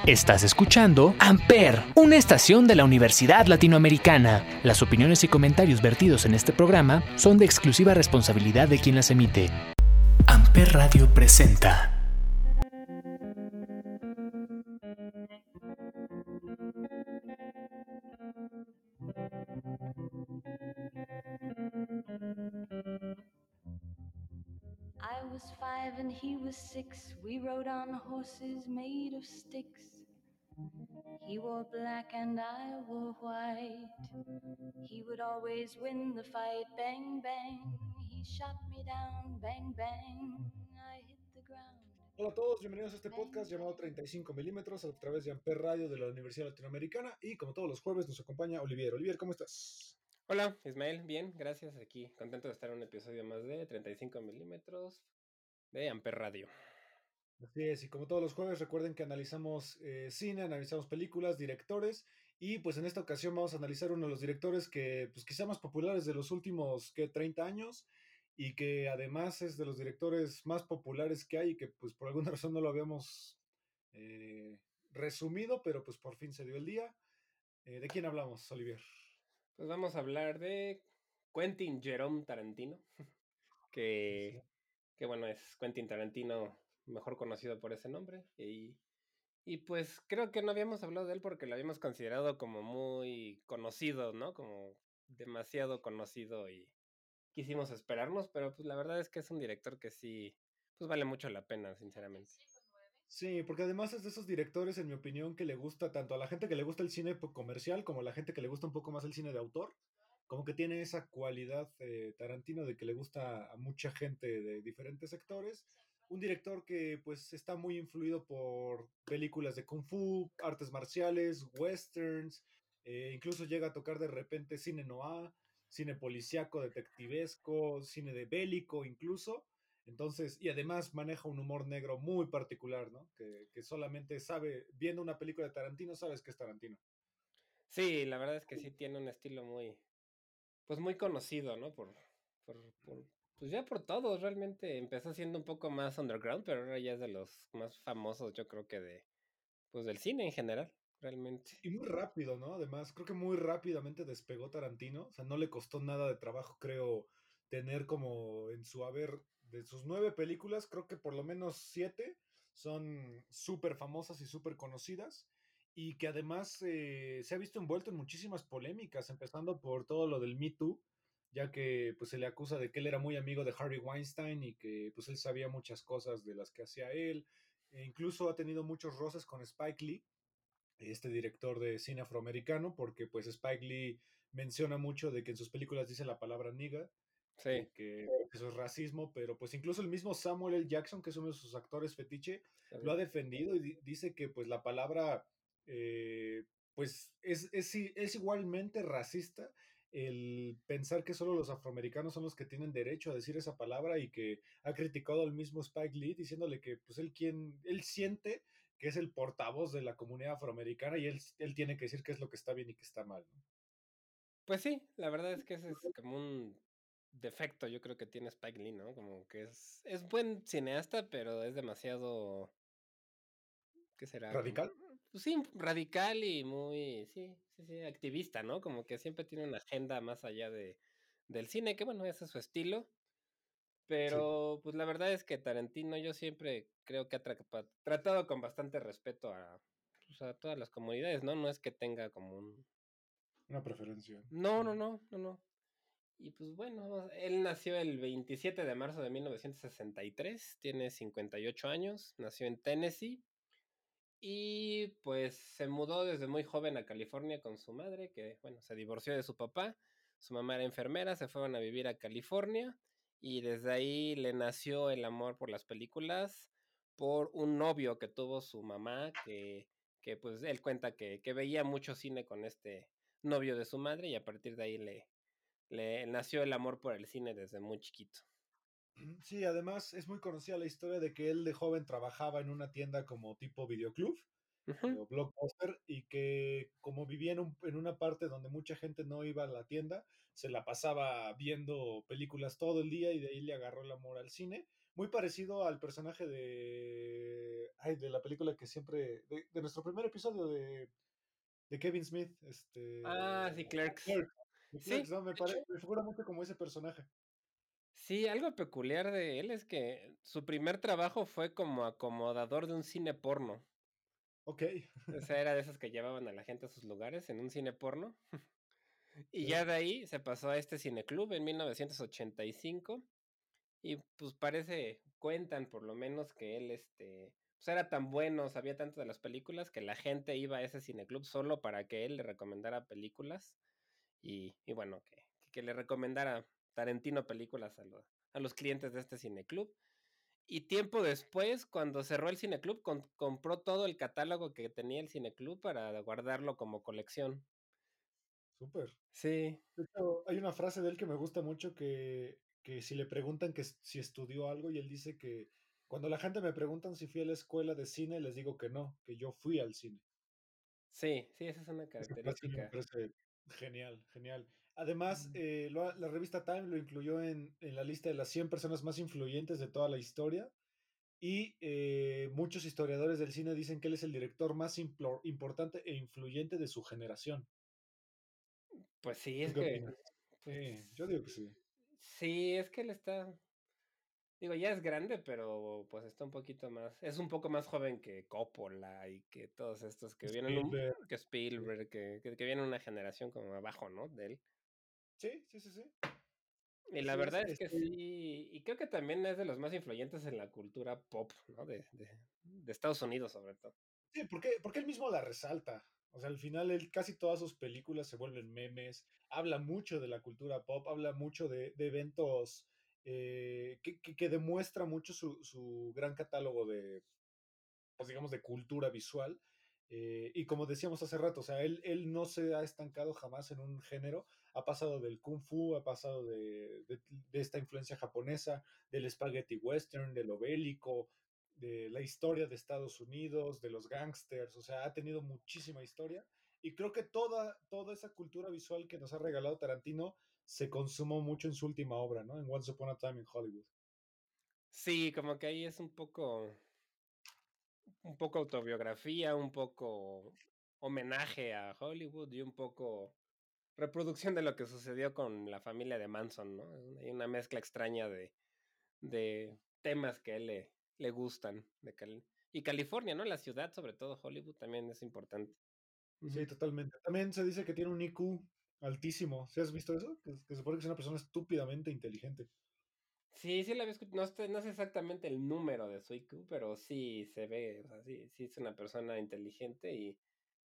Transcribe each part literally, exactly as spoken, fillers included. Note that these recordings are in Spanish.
Estás escuchando Amper, una estación de la Universidad Latinoamericana. Las opiniones y comentarios vertidos en este programa son de exclusiva responsabilidad de quien las emite. Amper Radio presenta. I was five and he was six. We rode on horses made of sticks. He wore black and I wore white. He would always win the fight. Bang, bang. He shot me down. Bang, bang. I hit the ground. Hola a todos, bienvenidos a este podcast llamado treinta y cinco milímetros a través de Amper Radio de la Universidad Latinoamericana y como todos los jueves nos acompaña Olivier. Olivier, ¿cómo estás? Hola, Ismael, bien, gracias, aquí, contento de estar en un episodio más de treinta y cinco milímetros de Amper Radio. Así es, y como todos los jueves recuerden que analizamos eh, cine, analizamos películas, directores y pues en esta ocasión vamos a analizar uno de los directores que pues quizá más populares de los últimos ¿qué? treinta años y que además es de los directores más populares que hay y que pues por alguna razón no lo habíamos eh, resumido, pero pues por fin se dio el día. Eh, ¿De quién hablamos, Olivier? Pues vamos a hablar de Quentin Jerome Tarantino, que, que bueno, es Quentin Tarantino, mejor conocido por ese nombre, y, y pues creo que no habíamos hablado de él porque lo habíamos considerado como muy conocido, ¿no? Como demasiado conocido y quisimos esperarnos, pero pues la verdad es que es un director que sí, pues vale mucho la pena, sinceramente. Sí, porque además es de esos directores, en mi opinión, que le gusta tanto a la gente que le gusta el cine po- comercial como a la gente que le gusta un poco más el cine de autor. Como que tiene esa cualidad eh, Tarantino de que le gusta a mucha gente de diferentes sectores. Un director que pues está muy influido por películas de kung fu, artes marciales, westerns, eh, incluso llega a tocar de repente cine noir, cine policíaco, detectivesco, cine de bélico incluso. Entonces, y además maneja un humor negro muy particular, ¿no? Que, que solamente sabe, viendo una película de Tarantino, sabes que es Tarantino. Sí, la verdad es que sí tiene un estilo muy, pues muy conocido, ¿no? Por, por, por, pues ya por todos, realmente empezó siendo un poco más underground, pero ahora ya es de los más famosos, yo creo que de, pues del cine en general, realmente. Y muy rápido, ¿no? Además, creo que muy rápidamente despegó Tarantino. O sea, no le costó nada de trabajo, creo, tener como en su haber, de sus nueve películas, creo que por lo menos siete son súper famosas y súper conocidas. Y que además eh, se ha visto envuelto en muchísimas polémicas, empezando por todo lo del Me Too, ya que pues se le acusa de que él era muy amigo de Harvey Weinstein y que pues él sabía muchas cosas de las que hacía él. E incluso ha tenido muchos roces con Spike Lee, este director de cine afroamericano, porque pues Spike Lee menciona mucho de que en sus películas dice la palabra nigga Sí, y que eso es racismo, pero pues incluso el mismo Samuel L. Jackson, que es uno de sus actores fetiche, lo ha defendido y di- dice que pues la palabra eh, pues es, es, es igualmente racista el pensar que solo los afroamericanos son los que tienen derecho a decir esa palabra y que ha criticado al mismo Spike Lee diciéndole que pues él quien él siente que es el portavoz de la comunidad afroamericana y él, él tiene que decir qué es lo que está bien y qué está mal, ¿no? pues sí, la verdad es que ese es como un defecto, yo creo que tiene Spike Lee, ¿no? Como que es, es buen cineasta, pero es demasiado, ¿qué será? Como, Radical. pues sí, radical y muy, sí, sí, sí, activista, ¿no? Como que siempre tiene una agenda más allá de, del cine, que bueno, ese es su estilo. Sí. Pero, pues la verdad es que Tarantino yo siempre creo que ha tra- pa- tratado con bastante respeto a, pues, a todas las comunidades, ¿no? No es que tenga como un... Una preferencia. No, no, Mm. no, no, no. Y pues bueno, él nació el veintisiete de marzo de mil novecientos sesenta y tres, tiene cincuenta y ocho años, nació en Tennessee. Y pues se mudó desde muy joven a California con su madre, que bueno, se divorció de su papá. Su mamá era enfermera, se fueron a vivir a California y desde ahí le nació el amor por las películas por un novio que tuvo su mamá, que, que pues él cuenta que, que veía mucho cine con este novio de su madre y a partir de ahí le, le nació el amor por el cine desde muy chiquito. Sí, además es muy conocida la historia de que él de joven trabajaba en una tienda como tipo videoclub eh, Ujú, o blockbuster y que como vivía en, un- en una parte donde mucha gente no iba a la tienda, se la pasaba viendo películas todo el día y de ahí le agarró el amor al cine, muy parecido al personaje de, ay, de la película que siempre, de, de nuestro primer episodio de, de Kevin Smith, Ah, sí, este, Clerks. Clerks, de Sí, Clerks, ¿no? Me de hecho, parece, me figura mucho como ese personaje. sí, algo peculiar de él es que su primer trabajo fue como acomodador de un cine porno. Ok, O sea, era de esos que llevaban a la gente a sus lugares en un cine porno. Y ya sí, de ahí se pasó a este cineclub en mil novecientos ochenta y cinco. Y pues parece, cuentan por lo menos que él este, pues era tan bueno, sabía tanto de las películas que la gente iba a ese cineclub solo para que él le recomendara películas. Y, y bueno, que, que le recomendara Tarantino películas a, lo- a los clientes de este cineclub. Y tiempo después, cuando cerró el cineclub, con- compró todo el catálogo que tenía el cineclub para guardarlo como colección. súper. Sí, De hecho, hay una frase de él que me gusta mucho que, que si le preguntan que s- si estudió algo y él dice que cuando la gente me preguntan si fui a la escuela de cine, les digo que no, que yo fui al cine. sí, sí, esa es una Esa frase a mí me característica. parece genial, genial. Además, Mm. eh, lo ha- la revista Time lo incluyó en, en la lista de las cien personas más influyentes de toda la historia y eh, muchos historiadores del cine dicen que él es el director más implo- importante e influyente de su generación. Pues sí, ¿Tú es qué que, opinas? pues Sí, yo digo que sí. sí, es que él está, digo, ya es grande, pero pues está un poquito más, es un poco más joven que Coppola y que todos estos que vienen, un, Spielberg, que sí. Spielberg, que, que, que vienen una generación como abajo, ¿no? De él. Sí, sí, sí, sí. Y la Así es. verdad es que Este, sí, y creo que también es de los más influyentes en la cultura pop, ¿no? De, de, de Estados Unidos, sobre todo. sí, porque, porque él mismo la resalta. O sea, al final él, casi todas sus películas se vuelven memes, habla mucho de la cultura pop, habla mucho de, de eventos eh, que, que, que demuestra mucho su, su gran catálogo de, pues digamos, de cultura visual. Eh, y como decíamos hace rato, o sea, él, él no se ha estancado jamás en un género, ha pasado del kung fu, ha pasado de, de, de esta influencia japonesa, del spaghetti western, de lo bélico, de la historia de Estados Unidos, de los gangsters, o sea, ha tenido muchísima historia. Y creo que toda, toda esa cultura visual que nos ha regalado Tarantino se consumó mucho en su última obra, ¿no? En Once Upon a Time in Hollywood. Sí, como que ahí es un poco, un poco autobiografía, un poco homenaje a Hollywood y un poco reproducción de lo que sucedió con la familia de Manson, ¿no? Hay una mezcla extraña de, de temas que a él le, le gustan. De Cali y California, ¿no? La ciudad, sobre todo Hollywood, también es importante. Sí, Ujú. totalmente. También se dice que tiene un I Q altísimo. ¿Sí has visto eso? Que, que se supone que es una persona estúpidamente inteligente. Sí, sí la había escuchado. No, estoy- no sé exactamente el número de su I Q, pero sí se ve, o sea, sí, sí es una persona inteligente y,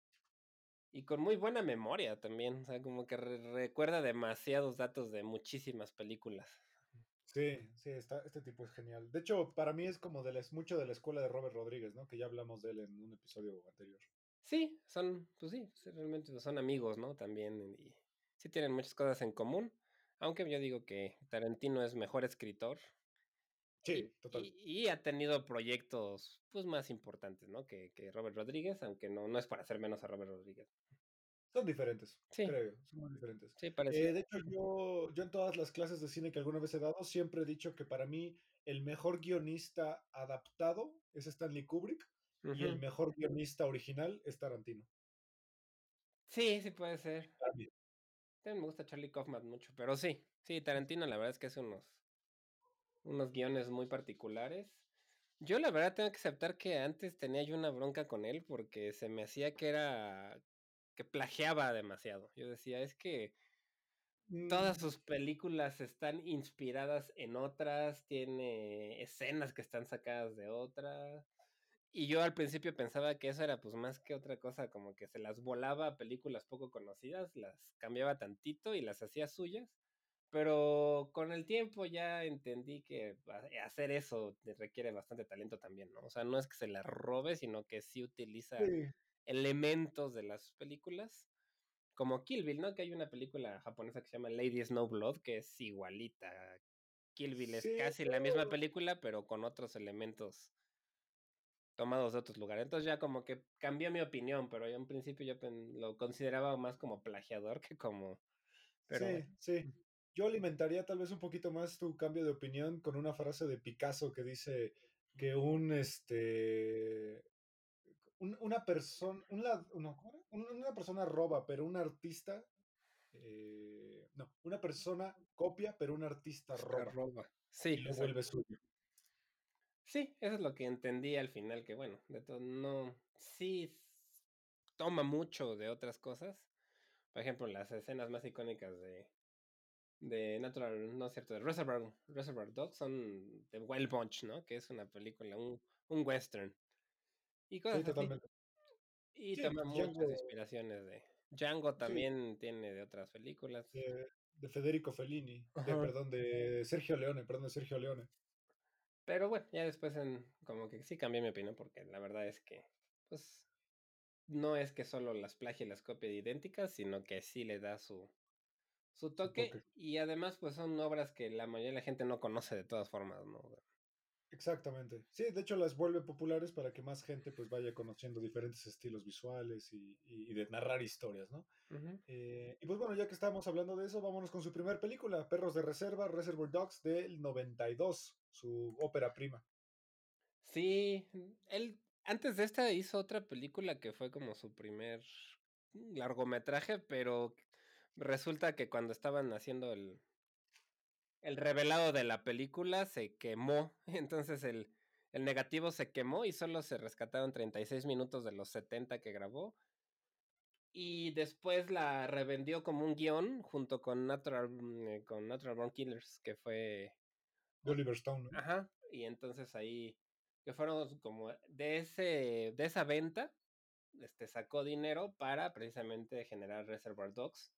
y con muy buena memoria también. O sea, como que re- recuerda demasiados datos de muchísimas películas. Sí, sí, está, este tipo es genial. De hecho, para mí es como de la, es mucho de la escuela de Robert Rodríguez, ¿no? Que ya hablamos de él en un episodio anterior. Sí, son, pues sí, sí, realmente son amigos, ¿no? También, y sí tienen muchas cosas en común, aunque yo digo que Tarantino es mejor escritor y, Sí, total. y, y ha tenido proyectos, pues, más importantes, ¿no? Que, que Robert Rodríguez, aunque no, no es para hacer menos a Robert Rodríguez. Son diferentes, Sí, creo, son muy diferentes. sí, parecido. Eh, de hecho, yo, yo en todas las clases de cine que alguna vez he dado, siempre he dicho que para mí el mejor guionista adaptado es Stanley Kubrick y el Ujú. mejor guionista original es Tarantino. Sí, sí puede ser. Para mí. También me gusta Charlie Kaufman mucho, pero sí, sí, Tarantino la verdad es que hace unos, unos guiones muy particulares. Yo la verdad tengo que aceptar que antes tenía yo una bronca con él porque se me hacía que era que plagiaba demasiado. Yo decía, es que todas Mm, sus películas están inspiradas en otras, tiene escenas que están sacadas de otras. Y yo al principio pensaba que eso era pues más que otra cosa, como que se las volaba a películas poco conocidas, las cambiaba tantito y las hacía suyas. Pero con el tiempo ya entendí que ha- hacer eso te requiere bastante talento también, ¿no? O sea, no es que se la robe, sino que sí utiliza sí, elementos de las películas, como Kill Bill, ¿no? Que hay una película japonesa que se llama Lady Snowblood, que es igualita. Kill Bill es sí, casi la misma película, pero con otros elementos tomados de otros lugares. Entonces ya como que cambió mi opinión, pero yo en principio yo pen- lo consideraba más como plagiador que como... Pero sí, bueno. sí. yo alimentaría tal vez un poquito más tu cambio de opinión con una frase de Picasso que dice que un, este, un- una persona, un, lad- no, ¿cómo era? Un- una persona roba, pero un artista, eh, no, una persona copia, pero un artista roba Arroba. y Sí, lo vuelve exacto. suyo. Sí, eso es lo que entendí al final, que bueno, de todo, no, sí s- toma mucho de otras cosas. Por ejemplo, las escenas más icónicas de, de Natural, no es cierto, de Reservoir, Reservoir Dogs son de Wild Bunch, ¿no? Que es una película, un, un western. Y Sí, cosas así. totalmente. Y Sí, toma muchas Django, inspiraciones de Django sí, también tiene de otras películas. de, de Federico Fellini, de, Ajá. perdón, de Sergio Leone, perdón, de Sergio Leone. Pero bueno, ya después en, como que sí cambié mi opinión porque la verdad es que, pues, no es que solo las plagie y las copie de idénticas, sino que sí le da su, su Su toque toque. y además pues son obras que la mayoría de la gente no conoce de todas formas, ¿no? Exactamente. Sí, de hecho las vuelve populares para que más gente pues vaya conociendo diferentes estilos visuales y, y- y de narrar historias, ¿no? Ujú. Eh, y pues bueno, ya que estamos hablando de eso, vámonos con su primer película, Perros de Reserva, Reservoir Dogs del noventa y dos, su ópera prima. Sí, él antes de esta hizo otra película que fue como su primer largometraje, pero resulta que cuando estaban haciendo el, el revelado de la película se quemó, entonces el, el negativo se quemó y solo se rescataron treinta y seis minutos de los setenta que grabó y después la revendió como un guión junto con Natural, mm, eh, con Natural Born Killers, que fue... De ot- Oliver Stone, ¿no? Ajá, y entonces ahí, que fueron como de, ese, de esa venta, este, sacó dinero para precisamente generar Reservoir Dogs,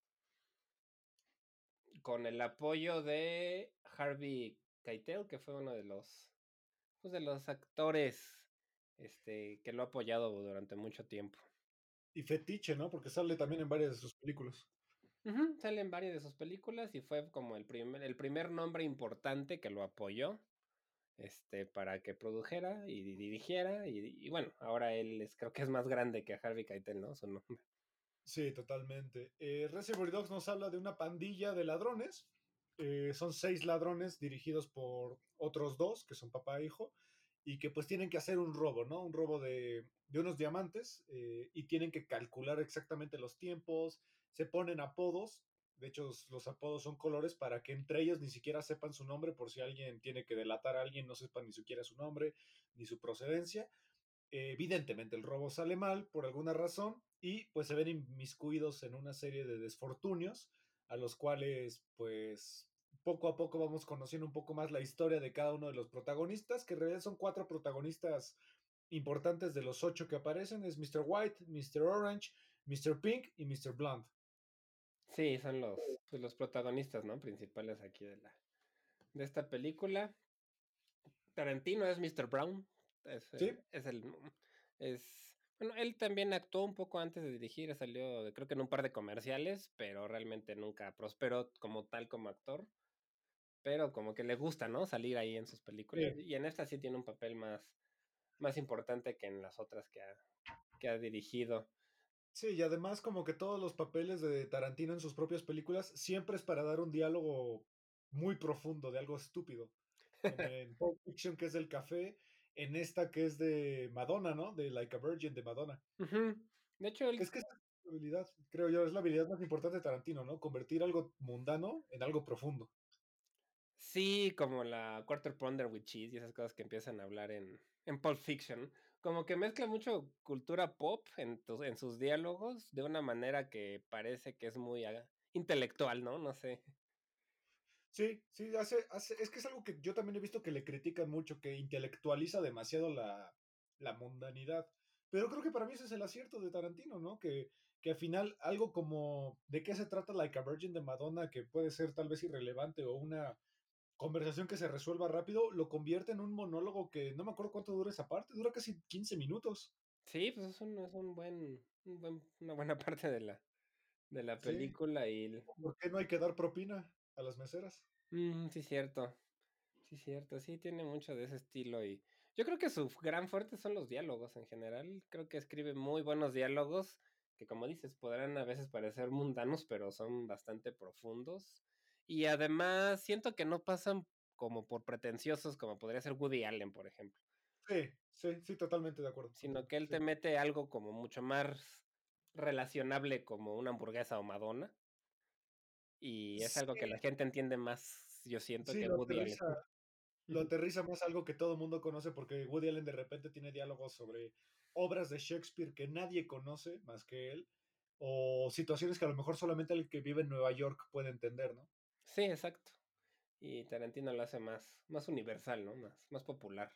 con el apoyo de Harvey Keitel, que fue uno de los, pues, de los actores este, que lo ha apoyado durante mucho tiempo. Y Fetiche, ¿no? Porque sale también en varias de sus películas. Ujú, sale en varias de sus películas y fue como el primer, el primer nombre importante que lo apoyó este, para que produjera y dirigiera. Y, y bueno, ahora él es, creo que es más grande que Harvey Keitel, ¿no? Su nombre. Sí, totalmente. Eh, Reservoir Dogs nos habla de una pandilla de ladrones. Eh, son seis ladrones dirigidos por otros dos, que son papá e hijo, y que pues tienen que hacer un robo, ¿no? Un robo de, de unos diamantes eh, y tienen que calcular exactamente los tiempos, se ponen apodos, de hecho los apodos son colores para que entre ellos ni siquiera sepan su nombre por si alguien tiene que delatar a alguien, no sepan ni siquiera su nombre ni su procedencia. Evidentemente el robo sale mal por alguna razón y pues se ven inmiscuidos en una serie de desfortunios a los cuales pues poco a poco vamos conociendo un poco más la historia de cada uno de los protagonistas, que en realidad son cuatro protagonistas importantes de los ocho que aparecen, es mister White, mister Orange, mister Pink y mister Blonde. Sí, son los, pues, los protagonistas, ¿no? Principales aquí de la, de esta película. Tarantino es mister Brown. Es ¿Sí? el, es el, es, bueno, él también actuó un poco antes de dirigir, salió de- creo que en un par de comerciales, pero realmente nunca prosperó como tal como actor. Pero como que le gusta, ¿no? Salir ahí en sus películas. Sí. Y en esta sí tiene un papel más, más importante que en las otras que ha, que ha dirigido. Sí, y además como que todos los papeles de Tarantino en sus propias películas siempre es para dar un diálogo muy profundo de algo estúpido, como en Pulp Fiction que es del café, en esta que es de Madonna, ¿no? De Like a Virgin de Madonna. Ujú. De hecho, Que él es que esa es la habilidad, creo yo, es la habilidad más importante de Tarantino, ¿no? Convertir algo mundano en algo profundo. sí, como la Quarter Pounder with Cheese y esas cosas que empiezan a hablar en, en Pulp Fiction, como que mezcla mucho cultura pop en, tus- en sus diálogos de una manera que parece que es muy ah, intelectual, ¿no? No sé. Sí, sí, hace, hace, es que es algo que yo también he visto que le critican mucho, que intelectualiza demasiado la, la mundanidad. Pero creo que para mí ese es el acierto de Tarantino, ¿no? Que, que al final algo como de qué se trata Like a Virgin de Madonna, que puede ser tal vez irrelevante o una conversación que se resuelva rápido, lo convierte en un monólogo que no me acuerdo cuánto dura esa parte, dura casi quince minutos. Sí, pues es un, es un buen, un buen, una buena parte de la, de la Sí, película y... el- ¿por qué no hay que dar propina a las meseras? Mm, sí, cierto. Sí, cierto, sí, tiene mucho de ese estilo y yo creo que su gran fuerte son los diálogos en general. Creo que escribe muy buenos diálogos que, como dices, podrán a veces parecer mundanos, pero son bastante profundos. Y además siento que no pasan como por pretenciosos como podría ser Woody Allen, por ejemplo. Sí, sí, sí, totalmente de acuerdo Sino contigo. que él Sí, te mete algo como mucho más relacionable como una hamburguesa o Madonna. Y es algo que sí, la gente entiende más, yo siento, sí, que lo Woody Allen. aterriza, lo aterriza más algo que todo el mundo conoce porque Woody Allen de repente tiene diálogos sobre obras de Shakespeare que nadie conoce más que él, o situaciones que a lo mejor solamente el que vive en Nueva York puede entender, ¿no? Sí, exacto. Y Tarantino lo hace más, más universal, ¿no? Más, más popular.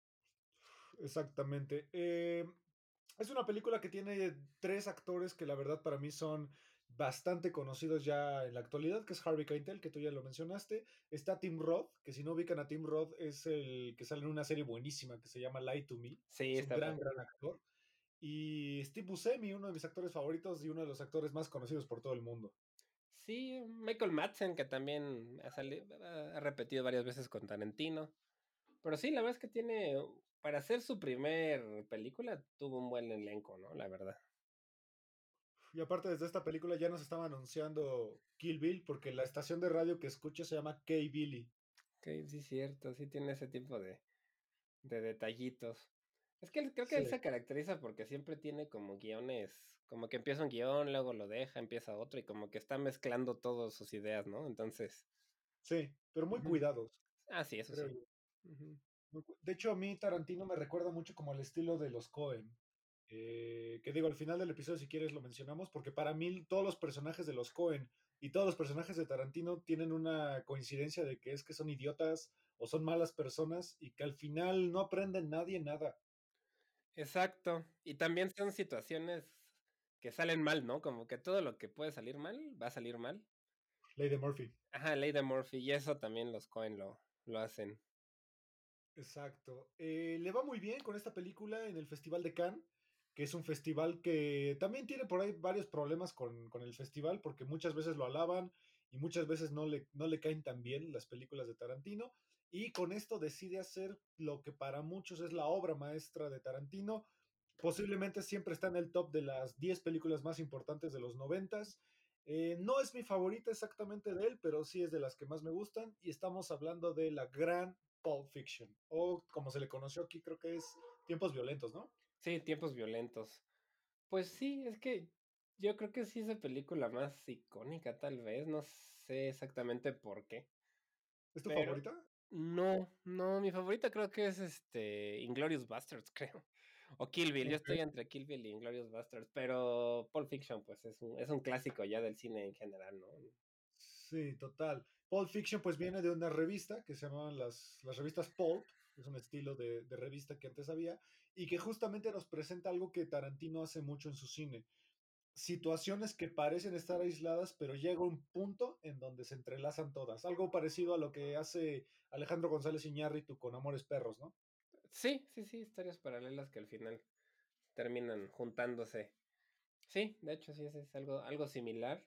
Exactamente. Eh, es una película que tiene tres actores que la verdad para mí son bastante conocidos ya en la actualidad, que es Harvey Keitel, que tú ya lo mencionaste. Está Tim Roth, que si no ubican a Tim Roth es el que sale en una serie buenísima que se llama Lie to Me. Sí, Es un está gran, padre. gran actor. Y Steve Buscemi, uno de mis actores favoritos y uno de los actores más conocidos por todo el mundo. Sí, Michael Madsen, que también ha, salido, ha repetido varias veces con Tarantino. Pero sí, la verdad es que tiene, para hacer su primer película, tuvo un buen elenco, ¿no? La verdad. Y aparte desde esta película ya nos estaba anunciando Kill Bill porque la estación de radio que escucha se llama K-Billy. Ok, sí, cierto, sí tiene ese tipo de, de detallitos. Es que él- creo que Sí, él se caracteriza porque siempre tiene como guiones, como que empieza un guión, luego lo deja, empieza otro y como que está mezclando todas sus ideas, ¿no? Entonces, sí, pero muy ujú. cuidados, Ah, sí, eso creo sí. yo. Ujú. Muy cu- De hecho, a mí Tarantino me recuerda mucho como el estilo de los Coen. Eh, que digo, al final del episodio, si quieres, lo mencionamos, porque para mí todos los personajes de los Coen y todos los personajes de Tarantino tienen una coincidencia de que es que son idiotas o son malas personas y que al final no aprenden nadie nada. Exacto. Y también son situaciones que salen mal, ¿no? Como que todo lo que puede salir mal, va a salir mal. Lady Murphy. Ajá, Ley de Murphy, y eso también los Coen lo, lo hacen. Exacto. Eh, le va muy bien con esta película en el Festival de Cannes, que es un festival que también tiene por ahí varios problemas con, con el festival, porque muchas veces lo alaban y muchas veces no le, no le caen tan bien las películas de Tarantino. Y con esto decide hacer lo que para muchos es la obra maestra de Tarantino. Posiblemente siempre está en el top de las diez películas más importantes de los noventas. Eh, no es mi favorita exactamente de él, pero sí es de las que más me gustan. Y estamos hablando de la gran Pulp Fiction, o como se le conoció aquí, creo que es Tiempos Violentos, ¿no? Sí, tiempos violentos. Pues sí, es que yo creo que sí es la película más icónica, tal vez, no sé exactamente por qué, ¿Es tu pero favorita? no, no, mi favorita creo que es este Inglourious Basterds, creo. O Kill Bill, yo Ok. estoy entre Kill Bill y Inglourious Basterds, pero Pulp Fiction, pues es un, es un clásico ya del cine en general, ¿no? Sí, total. Pulp Fiction pues viene de una revista que se llamaban las, las revistas Pulp, es un estilo de, de revista que antes había, y que justamente nos presenta algo que Tarantino hace mucho en su cine. Situaciones que parecen estar aisladas, pero llega un punto en donde se entrelazan todas. Algo parecido a lo que hace Alejandro González Iñárritu con Amores Perros, ¿no? Sí, sí, sí, historias paralelas que al final terminan juntándose. Sí, de hecho sí, es, es algo, algo similar.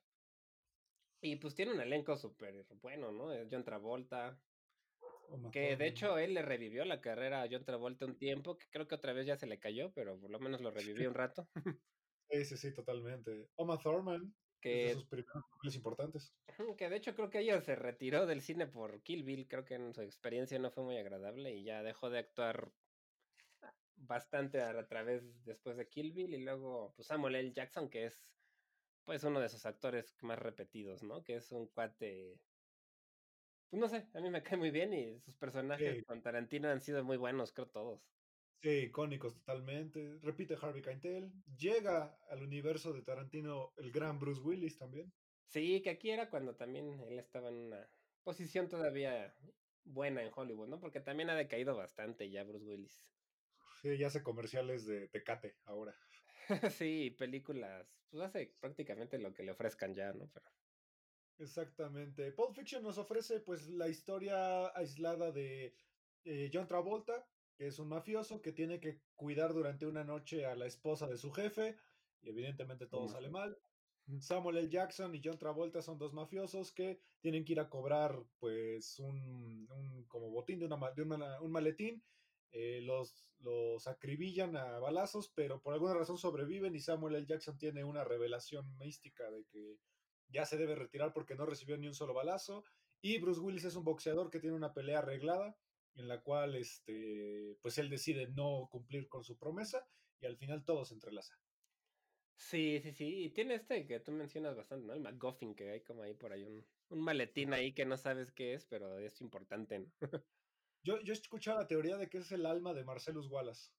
Y pues tiene un elenco súper bueno, ¿no? Es John Travolta, Uma que de Thurman. hecho él le revivió la carrera a John Travolta un tiempo, que creo que otra vez ya se le cayó, pero por lo menos lo revivió un rato. Sí, sí, sí, totalmente. Uma Thurman es de Que, sus primeros papeles importantes. que de hecho creo que ella se retiró del cine por Kill Bill, creo que en su experiencia no fue muy agradable y ya dejó de actuar bastante a, a través después de Kill Bill y luego pues Samuel L. Jackson, que es pues uno de sus actores más repetidos, ¿no? Que es un cuate, pues no sé, a mí me cae muy bien y sus personajes Sí, con Tarantino han sido muy buenos, creo todos. sí, icónicos totalmente. Repite Harvey Keitel. Llega al universo de Tarantino el gran Bruce Willis también. Sí, que aquí era cuando también él estaba en una posición todavía buena en Hollywood, ¿no? Porque también ha decaído bastante ya Bruce Willis. Sí, ya hace comerciales de Tecate ahora. Sí, películas, pues hace prácticamente lo que le ofrezcan ya, ¿no? Pero Exactamente. Pulp Fiction nos ofrece pues la historia aislada de eh, John Travolta, que es un mafioso que tiene que cuidar durante una noche a la esposa de su jefe y evidentemente todo ¿cómo sale fue? mal. Samuel L. Jackson y John Travolta son dos mafiosos que tienen que ir a cobrar pues un, un como botín de, una, ma- de una- un maletín. Eh, los, los acribillan a balazos, pero por alguna razón sobreviven y Samuel L. Jackson tiene una revelación mística de que ya se debe retirar porque no recibió ni un solo balazo. Y Bruce Willis es un boxeador que tiene una pelea arreglada en la cual este, pues él decide no cumplir con su promesa y al final todo se entrelaza. Sí, sí, sí. Y tiene este que tú mencionas bastante, ¿no? El MacGuffin, que hay como ahí por ahí un, un maletín ahí que no sabes qué es, pero es importante, ¿no? Yo, yo he escuchado la teoría de que es el alma de Marcellus Wallace.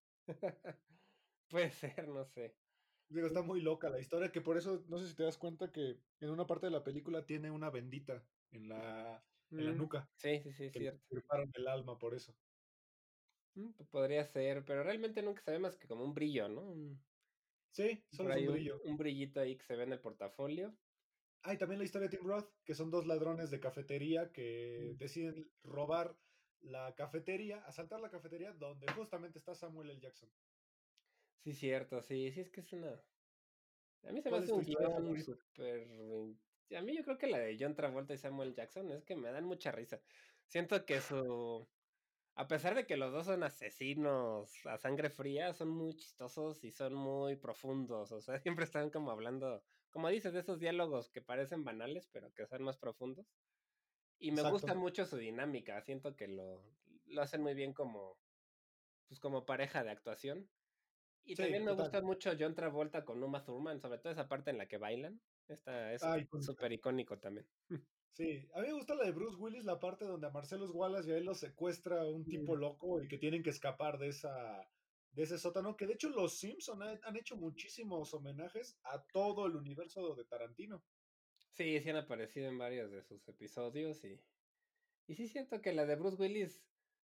Puede ser, no sé. Digo, está muy loca la historia, que por eso, no sé si te das cuenta que en una parte de la película tiene una bendita en la, en la Mm, nuca, sí, sí, sí, es que le cierto. extirparon el alma por eso. Mm, pues podría ser, pero realmente nunca se ve más que como un brillo, ¿no? Un- Sí, por solo es un ahí un, brillo. un brillito ahí que se ve en el portafolio. Ah, y también la historia de Tim Roth, que son dos ladrones de cafetería que Mm. deciden robar la cafetería, asaltar la cafetería donde justamente está Samuel L. Jackson. Sí, cierto, sí, sí, es que es una... A mí se me ¿Cuál hace es tu un historia guión favorita? súper... A mí yo creo que la de John Travolta y Samuel Jackson es que me dan mucha risa. Siento que su... A pesar de que los dos son asesinos a sangre fría, son muy chistosos y son muy profundos. O sea, siempre están como hablando, como dices, de esos diálogos que parecen banales, pero que son más profundos. Y me gusta Exacto. mucho su dinámica. Siento que lo, lo hacen muy bien como, pues como pareja de actuación. Y Sí, también me total. gusta mucho John Travolta con Uma Thurman, sobre todo esa parte en la que bailan. Esta es Ah, icónica. súper icónico también. Sí, a mí me gusta la de Bruce Willis, la parte donde a Marcellus Wallace y a él lo secuestra un tipo Mm. loco y que tienen que escapar de esa de ese sótano, que de hecho los Simpson ha- han hecho muchísimos homenajes a todo el universo de Tarantino. Sí, sí han aparecido en varios de sus episodios y, y sí es cierto que la de Bruce Willis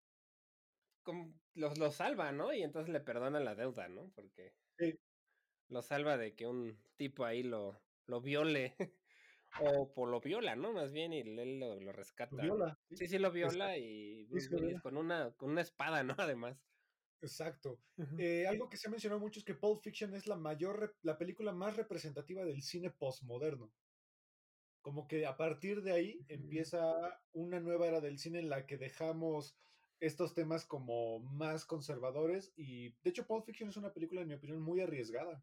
como, los lo salva, ¿no? Y entonces le perdona la deuda, ¿no? Porque Sí, lo salva de que un tipo ahí lo, lo viole o por lo viola, ¿no? Más bien y él lo, lo lo rescata. viola, sí. Sí, sí lo viola Exacto, y sí, Bruce se Willis viola. con una, con una espada, ¿no? Además. Exacto. Ujú. Eh, algo que se ha mencionado mucho es que Pulp Fiction es la mayor, rep- la película más representativa del cine postmoderno. Como que a partir de ahí Ujú. empieza una nueva era del cine en la que dejamos estos temas como más conservadores y de hecho Pulp Fiction es una película en mi opinión muy arriesgada.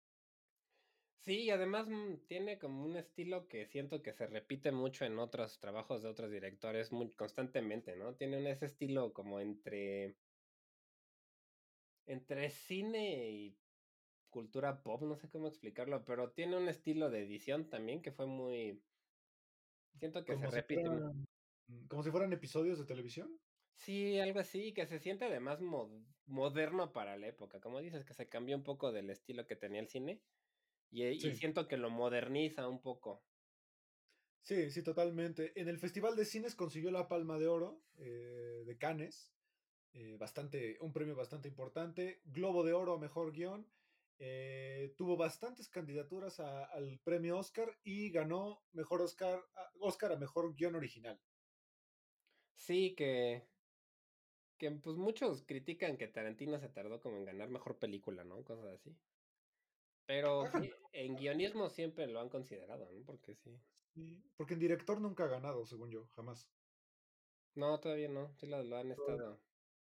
Sí, y además mm, tiene como un estilo que siento que se repite mucho en otros trabajos de otros directores muy constantemente, ¿no? Tiene un, ese estilo como entre, entre cine y cultura pop, no sé cómo explicarlo, pero tiene un estilo de edición también que fue muy, siento que se Como si repite. mu- fueran, como si fueran episodios de televisión. Sí, algo así, que se siente además mo- moderno para la época, como dices, que se cambió un poco del estilo que tenía el cine y, y Sí, siento que lo moderniza un poco. sí, sí, totalmente. En el Festival de Cines consiguió la Palma de Oro eh, de Cannes, eh, bastante, un premio bastante importante. Globo de Oro a Mejor Guión. Eh, tuvo bastantes candidaturas a- al premio Oscar y ganó mejor Oscar, a- Oscar a Mejor Guión Original. Sí, que, que pues muchos critican que Tarantino se tardó como en ganar mejor película, ¿no? Cosas así. Pero Ha fi- ganado, en guionismo siempre lo han considerado, ¿no? Porque sí. sí, porque en director nunca ha ganado, según yo, jamás. No, todavía no, sí lo, lo han estado.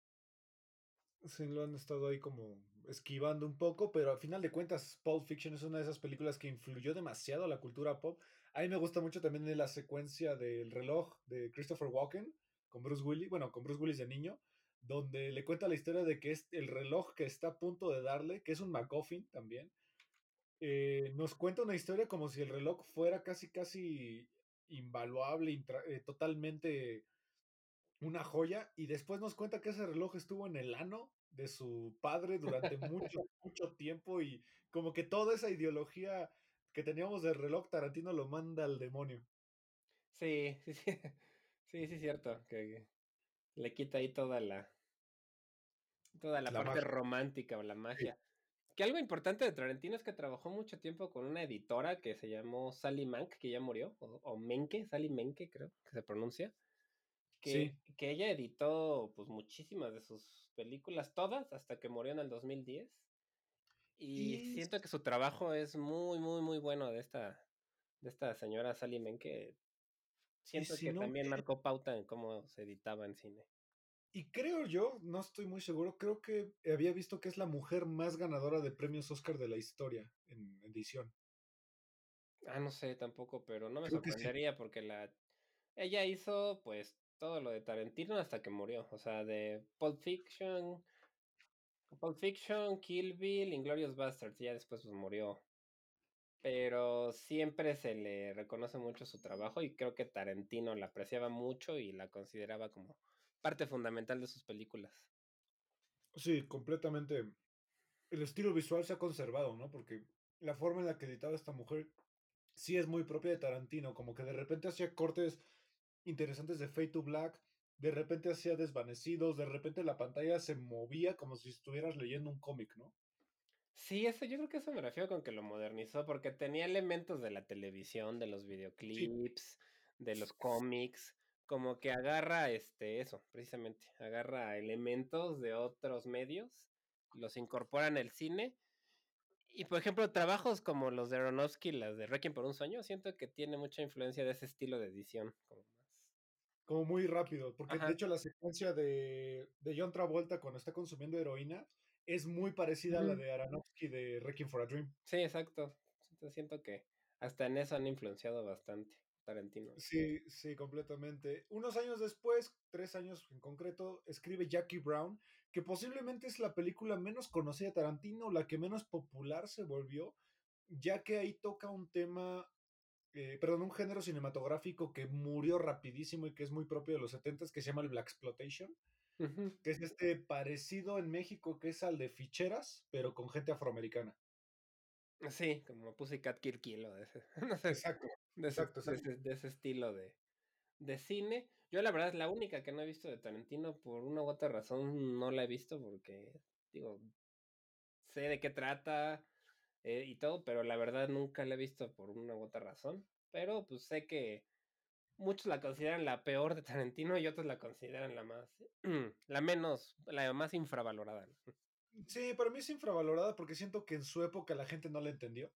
Sí, lo han estado ahí como esquivando un poco, pero al final de cuentas, Pulp Fiction es una de esas películas que influyó demasiado a la cultura pop. A mí me gusta mucho también la secuencia del reloj de Christopher Walken con Bruce Willis, bueno, con Bruce Willis de niño, donde le cuenta la historia de que es el reloj que está a punto de darle, que es un MacGuffin también. Eh, nos cuenta una historia como si el reloj fuera casi, casi invaluable, intra- eh, totalmente una joya, y después nos cuenta que ese reloj estuvo en el ano de su padre durante mucho, mucho tiempo y como que toda esa ideología que teníamos del reloj Tarantino lo manda al demonio. Sí, sí, sí. Sí, sí, es cierto. Que le quita ahí toda la, toda la La parte magia. romántica o la Sí, magia. Que algo importante de Tarantino es que trabajó mucho tiempo con una editora que se llamó Sally Mank, que ya murió, o, o Menke, Sally Menke, creo que se pronuncia. Que, sí. que ella editó pues muchísimas de sus películas, todas, hasta que murió en el dos mil diez. Y Y, siento que su trabajo es muy, muy, muy bueno de esta, de esta señora Sally Menke. y Siento si que no, también marcó pauta en cómo se editaba en cine. y creo yo, no estoy muy seguro, creo que había visto que es la mujer más ganadora de premios Oscar de la historia en edición. Ah, no sé tampoco, pero no me Creo que sí. sorprendería porque la ella hizo pues todo lo de Tarantino hasta que murió, o sea, de Pulp Fiction, Pulp Fiction, Kill Bill, Inglourious Basterds, y ya después pues murió. Pero siempre se le reconoce mucho su trabajo y creo que Tarantino la apreciaba mucho y la consideraba como parte fundamental de sus películas. Sí, completamente. El estilo visual se ha conservado, ¿no? Porque la forma en la que editaba esta mujer sí es muy propia de Tarantino, como que de repente hacía cortes interesantes de Fade to Black, de repente hacía desvanecidos, de repente la pantalla se movía como si estuvieras leyendo un cómic, ¿no? Sí, eso yo creo que eso me refiero con que lo modernizó, porque tenía elementos de la televisión, de los Sí, videoclips, de los cómics, como que agarra este, eso, precisamente, agarra elementos de otros medios, los incorpora en el cine. Y por ejemplo, trabajos como los de Aronofsky, las de Requiem por un sueño, siento que tiene mucha influencia de ese estilo de edición, como más. como muy rápido, porque de Ajá. hecho la secuencia de, de John Travolta cuando está consumiendo heroína es muy parecida a la Ujú. de Aronofsky de Requiem for a Dream. Sí, exacto. Entonces siento que hasta en eso han influenciado bastante Tarantino. Sí, sí, completamente. Unos años después, tres años en concreto, escribe Jackie Brown, que posiblemente es la película menos conocida de Tarantino, la que menos popular se volvió, ya que ahí toca un tema, eh, perdón, un género cinematográfico que murió rapidísimo y que es muy propio de los setentas, que se llama el Black Exploitation, Ujú. que es este parecido en México que es al de ficheras, pero con gente afroamericana. Sí, como Pussycat Kill Kill o de ese, no sé, Exacto, de ese, exacto, de exacto. ese, de ese estilo de, de cine. Yo la verdad es la única que no he visto de Tarantino, por una u otra razón no la he visto porque, digo, sé de qué trata eh, y todo, pero la verdad nunca la he visto por una u otra razón. Pero pues sé que muchos la consideran la peor de Tarantino y otros la consideran la más, la menos, la más infravalorada, ¿no? Sí, para mí es infravalorada porque siento que en su época la gente no la entendió.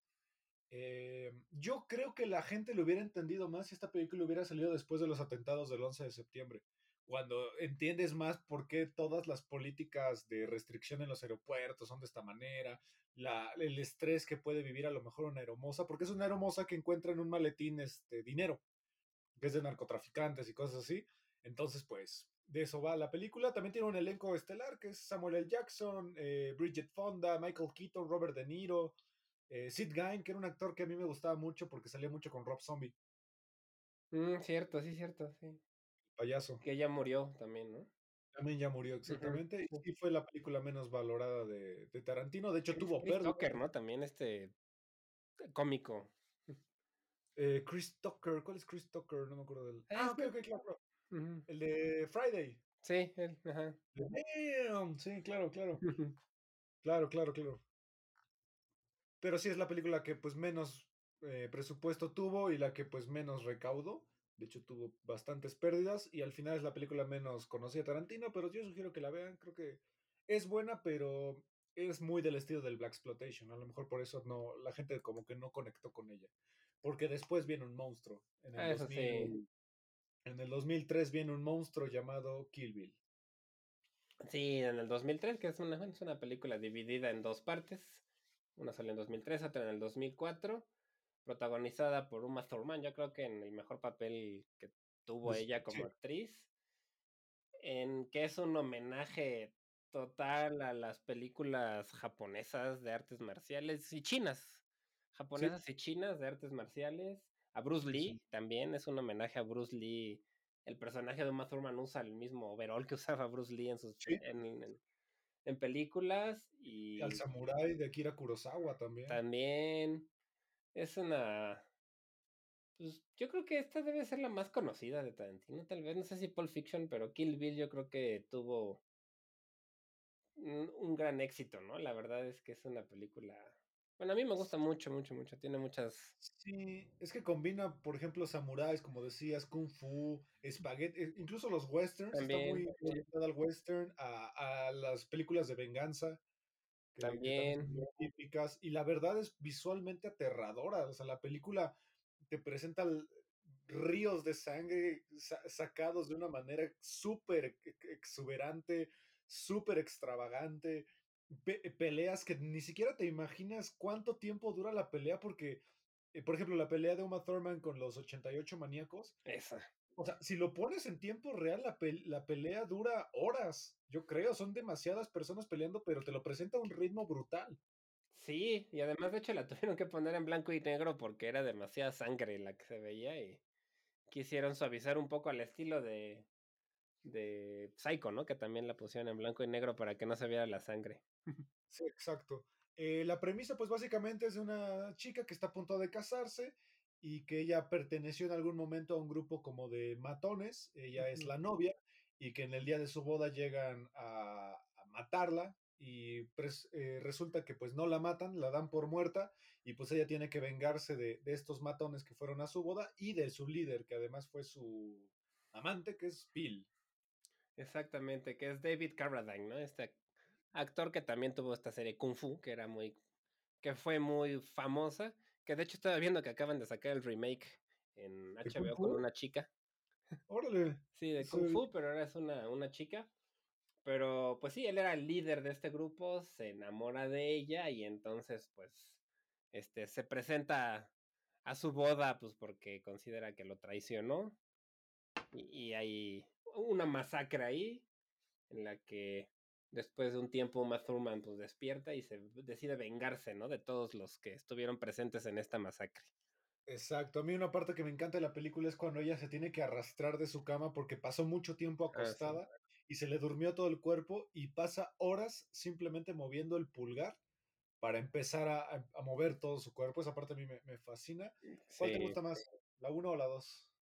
Eh, yo creo que la gente lo hubiera entendido más si esta película hubiera salido después de los atentados del once de septiembre, cuando entiendes más por qué todas las políticas de restricción en los aeropuertos son de esta manera, la, el estrés que puede vivir a lo mejor una aeromoza, porque es una aeromoza que encuentra en un maletín este dinero, que es de narcotraficantes y cosas así. Entonces, pues, de eso va la película. También tiene un elenco estelar que es Samuel L. Jackson, eh, Bridget Fonda, Michael Keaton, Robert De Niro, eh, Sid Gein, que era un actor que a mí me gustaba mucho porque salía mucho con Rob Zombie, Mm, cierto, sí, cierto, sí. payaso. Que ella murió también, ¿no? También ya murió Ujú, exactamente. sí. Y sí fue la película menos valorada de, de Tarantino. De hecho, Chris, tuvo Chris pérdidas. Tucker, ¿no? También este cómico. Eh, Chris Tucker, ¿cuál es Chris Tucker? No me acuerdo del. Ah, ok, Este, ok, claro, claro. ujú. El de Friday. Sí, él, ajá. Damn, sí, claro, claro. Ujú. Claro, claro, claro. Pero sí es la película que pues menos eh, presupuesto tuvo y la que pues menos recaudó. De hecho tuvo bastantes pérdidas y al final es la película menos conocida de Tarantino, pero yo sugiero que la vean. Creo que es buena, pero es muy del estilo del Black Exploitation. A lo mejor por eso no, la gente como que no conectó con ella. Porque después viene un monstruo. En el Ah, eso dos sí. mil, en el dos mil tres viene un monstruo llamado Kill Bill. Sí, en el dos mil tres, que es una, bueno, es una película dividida en dos partes. Una salió en dos mil tres, otra en el dos mil cuatro, protagonizada por Uma Thurman, yo creo que en el mejor papel que tuvo Pues, ella como sí, actriz, en que es un homenaje total a las películas japonesas de artes marciales y chinas, sí, japonesas y chinas de artes marciales, a Bruce sí, sí. Lee también, es un homenaje a Bruce Lee. El personaje de Uma Thurman usa el mismo overall que usaba Bruce Lee en sus pe- Sí. en, en- en películas Al y samurái de Akira Kurosawa también. también es una, pues yo creo que esta debe ser la más conocida de Tarantino, tal vez, no sé si Pulp Fiction, pero Kill Bill yo creo que tuvo un, un gran éxito, ¿no? La verdad es que es una película, bueno, a mí me gusta mucho, mucho, mucho, tiene muchas, Sí, es que combina, por ejemplo, samuráis, como decías, kung fu, espagueti, eh, incluso los westerns, está también, muy orientada al western, a, a las películas de venganza, que, que también son también, muy típicas, y la verdad es visualmente aterradora, o sea, la película te presenta l- ríos de sangre sa- sacados de una manera súper ex- exuberante, súper extravagante, pe- peleas que ni siquiera te imaginas cuánto tiempo dura la pelea porque eh, por ejemplo, la pelea de Uma Thurman con los ochenta y ocho maníacos, Esa. o sea, si lo pones en tiempo real, la, pel- la pelea dura horas, yo creo, son demasiadas personas peleando, pero te lo presenta a un ritmo brutal. Sí, y además de hecho la tuvieron que poner en blanco y negro porque era demasiada sangre la que se veía y quisieron suavizar un poco al estilo de, de Psycho, ¿no? Que también la pusieron en blanco y negro para que no se viera la sangre. Sí, exacto. Eh, la premisa, pues básicamente es de una chica que está a punto de casarse y que ella perteneció en algún momento a un grupo como de matones, ella es Ujú. la novia y que en el día de su boda llegan a, a matarla y pres- eh, resulta que pues no la matan, la dan por muerta y pues ella tiene que vengarse de, de estos matones que fueron a su boda y de su líder, que además fue su amante, que es Bill. Exactamente, que es David Carradine, ¿no? Este actor que también tuvo esta serie Kung Fu, que era muy, que fue muy famosa, que de hecho estaba viendo que acaban de sacar el remake en ¿De Kung H B O con Fu? una chica. Órale. Sí, de Kung Eso- Fu, pero ahora es una, una chica. Pero pues sí, él era el líder de este grupo, se enamora de ella y entonces pues este se presenta a su boda pues porque considera que lo traicionó y, y hay una masacre ahí en la que después de un tiempo Uma Thurman pues despierta y se decide vengarse, ¿no? De todos los que estuvieron presentes en esta masacre. Exacto, a mí una parte que me encanta de la película es cuando ella se tiene que arrastrar de su cama porque pasó mucho tiempo Ah, sí. acostada y se le durmió todo el cuerpo y pasa horas simplemente moviendo el pulgar para empezar a, a- a mover todo su cuerpo. Esa parte a mí me, me fascina. ¿Cuál te Sí. gusta más? ¿La uno o la dos?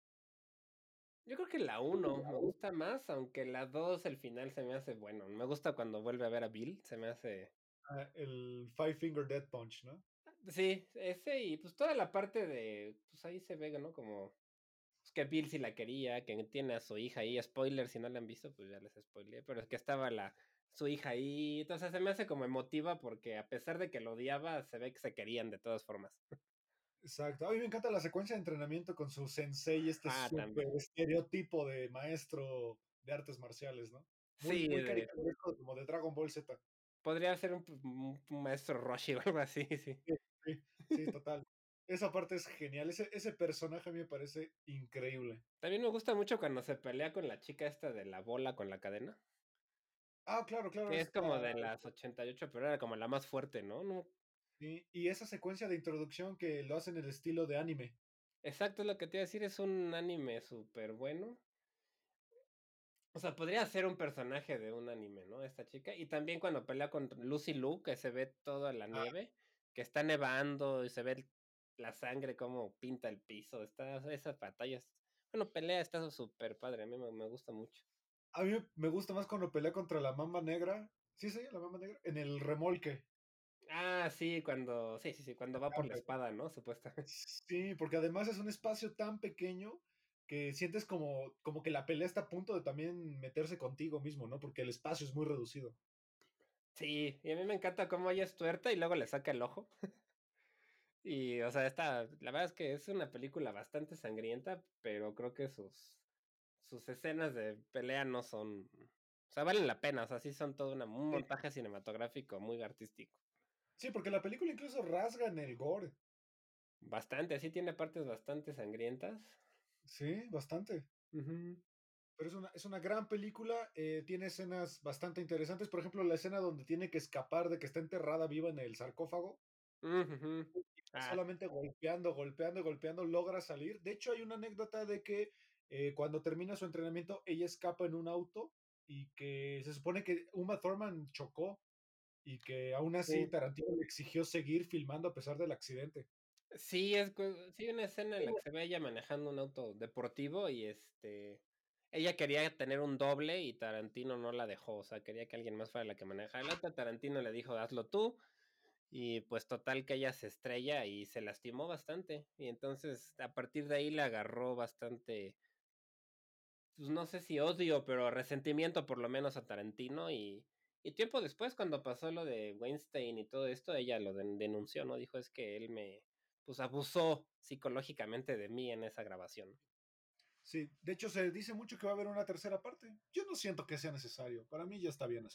Yo creo que la uno me gusta más, aunque la dos el final se me hace bueno. Me gusta cuando vuelve a ver a Bill, se me hace. Ah, el Five Finger Death Punch, ¿no? Sí, ese y pues toda la parte de, pues ahí se ve, ¿no? Como pues, que Bill sí la quería, que tiene a su hija ahí, spoiler, si no la han visto, pues ya les spoileé, pero es que estaba la, su hija ahí, entonces se me hace como emotiva porque a pesar de que lo odiaba, se ve que se querían de todas formas. Exacto. A mí me encanta la secuencia de entrenamiento con su sensei, este Ah, súper también. estereotipo de maestro de artes marciales, ¿no? Muy, Sí, muy de- caricaturesco, como de Dragon Ball Z. podría ser un, un- un maestro Roshi o algo así, sí. Sí, sí, sí, total. Esa parte es genial. Ese, ese personaje a mí me parece increíble. También me gusta mucho cuando se pelea con la chica esta de la bola con la cadena. Ah, claro, claro, Que es es como la. de las ochenta y ocho, pero era como la más fuerte, ¿no? No. Sí, y esa secuencia de introducción que lo hacen en el estilo de anime. Exacto, es lo que te iba a decir, es un anime súper bueno. O sea, podría ser un personaje de un anime, ¿no? Esta chica. Y también cuando pelea con Lucy Liu, que se ve toda la Ah, nieve, que está nevando y se ve el- la sangre como pinta el piso. Está, esas batallas. Bueno, pelea está súper padre, a mí me, me gusta mucho. a mí me gusta más cuando pelea contra la mamba negra. Sí, sí, la mamba negra. En el remolque. Ah, sí, cuando. Sí, sí, sí, cuando va por la espada, ¿no? Supuestamente. Sí, porque además es un espacio tan pequeño que sientes como, como que la pelea está a punto de también meterse contigo mismo, ¿no? Porque el espacio es muy reducido. Sí, y a mí me encanta cómo ella es tuerta y luego le saca el ojo. Y, o sea, esta, la verdad es que es una película bastante sangrienta, pero creo que sus, sus escenas de pelea no son, o sea, valen la pena, o sea, sí son todo una, un Sí, montaje cinematográfico muy artístico. sí, porque la película incluso rasga en el gore. Bastante, sí tiene partes bastante sangrientas. Sí, bastante. Ujú. Pero es una, es una gran película, eh, tiene escenas bastante interesantes. Por ejemplo, la escena donde tiene que escapar de que está enterrada viva en el sarcófago. Ujujú. Ah, Solamente golpeando, golpeando, golpeando, logra salir. De hecho, hay una anécdota de que eh, cuando termina su entrenamiento, ella escapa en un auto y que se supone que Uma Thurman chocó y que aún así sí. Tarantino le exigió seguir filmando a pesar del accidente. Sí, es cu- sí, una escena en la que se ve ella manejando un auto deportivo y este ella quería tener un doble y Tarantino no la dejó, o sea, quería que alguien más fuera la que manejara el auto, Tarantino le dijo, hazlo tú, y pues total que ella se estrella y se lastimó bastante, y entonces a partir de ahí le agarró bastante, pues no sé si odio, pero resentimiento por lo menos a Tarantino y, y tiempo después cuando pasó lo de Weinstein y todo esto, ella lo den- denunció, ¿no? Dijo es que él me, pues abusó psicológicamente de mí en esa grabación. Sí, de hecho se dice mucho que va a haber una tercera parte. Yo no siento que sea necesario. Para mí ya está bien así.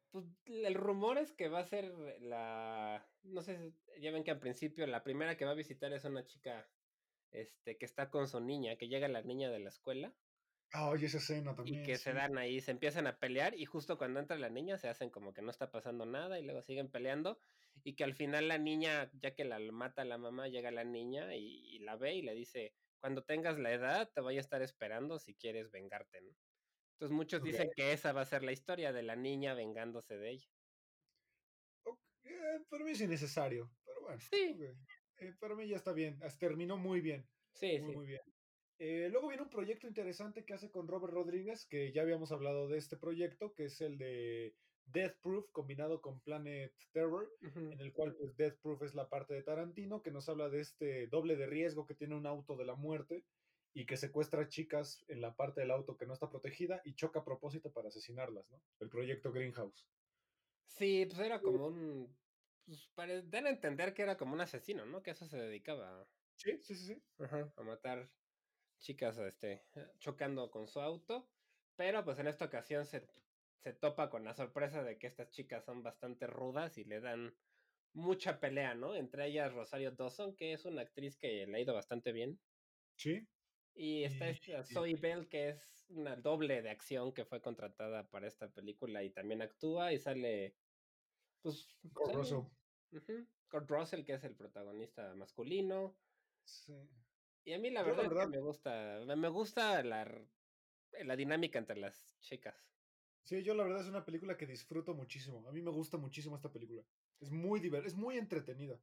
Pues el rumor es que va a ser la... No sé, si- ya ven que al principio la primera que va a visitar es una chica este, que está con su niña, que llega la niña de la escuela Ah, oye, esa escena y también, que se sí. dan ahí, se empiezan a pelear y justo cuando entra la niña se hacen como que no está pasando nada y luego siguen peleando y que al final la niña, ya que la mata la mamá, llega la niña y, y la ve y le dice, cuando tengas la edad te voy a estar esperando si quieres vengarte, ¿no? Entonces muchos Ok. dicen que esa va a ser la historia de la niña vengándose de ella. Ok, eh, para mí es innecesario, pero bueno, Sí, ok. Eh, para mí ya está bien, as- terminó muy bien, sí, muy, sí. muy bien. Eh, luego viene un proyecto interesante que hace con Robert Rodríguez, que ya habíamos hablado de este proyecto, que es el de Death Proof combinado con Planet Terror, Ujú. en el cual pues Death Proof es la parte de Tarantino, que nos habla de este doble de riesgo que tiene un auto de la muerte y que secuestra chicas en la parte del auto que no está protegida y choca a propósito para asesinarlas, ¿no? El proyecto Greenhouse. Sí, pues era como un... Pues para dar a entender que era como un asesino, ¿no? Que a eso se dedicaba. Sí, sí, sí, sí. Ajá. A matar chicas, este, eh, chocando con su auto. Pero pues en esta ocasión se, se topa con la sorpresa de que estas chicas son bastante rudas y le dan mucha pelea, ¿no? Entre ellas Rosario Dawson, que es una actriz que le ha ido bastante bien. Sí. Y está Y, esta y Zoe Bell, que es una doble de acción que fue contratada para esta película y también actúa y sale, pues, Kurt sale Russell. ujú, Kurt Russell, que es el protagonista masculino. Sí. Y a mí la Yo la verdad es que verdad, me gusta, me me gusta la, r- la dinámica entre las chicas. sí, yo la verdad es una película que disfruto muchísimo. A mí me gusta muchísimo esta película. Es muy diver, es muy entretenida.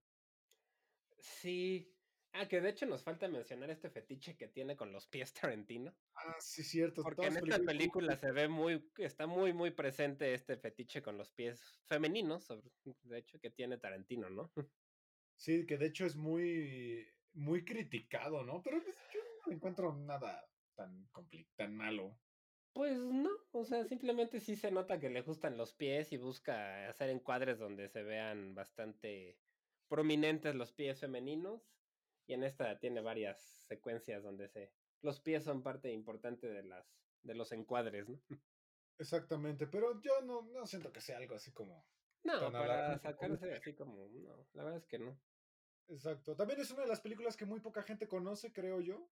Sí. Ah, que de hecho nos falta mencionar este fetiche que tiene con los pies Tarantino. Ah, sí, cierto. Porque Todas en las esta películas. película se ve muy, está muy, muy presente este fetiche con los pies femeninos, sobre- de hecho, que tiene Tarantino, ¿no? Sí, que de hecho es muy, muy criticado, ¿no? Pero pues, yo no encuentro nada tan compli- tan malo. Pues no, o sea, simplemente sí se nota que le gustan los pies y busca hacer encuadres donde se vean bastante prominentes los pies femeninos. Y en esta tiene varias secuencias donde se, los pies son parte importante de las, de los encuadres, ¿no? Exactamente, pero yo no, no siento que sea algo así como tan No, para alarmante como sacarse así como, no, la verdad es que no. exacto. También es una de las películas que muy poca gente conoce, creo yo.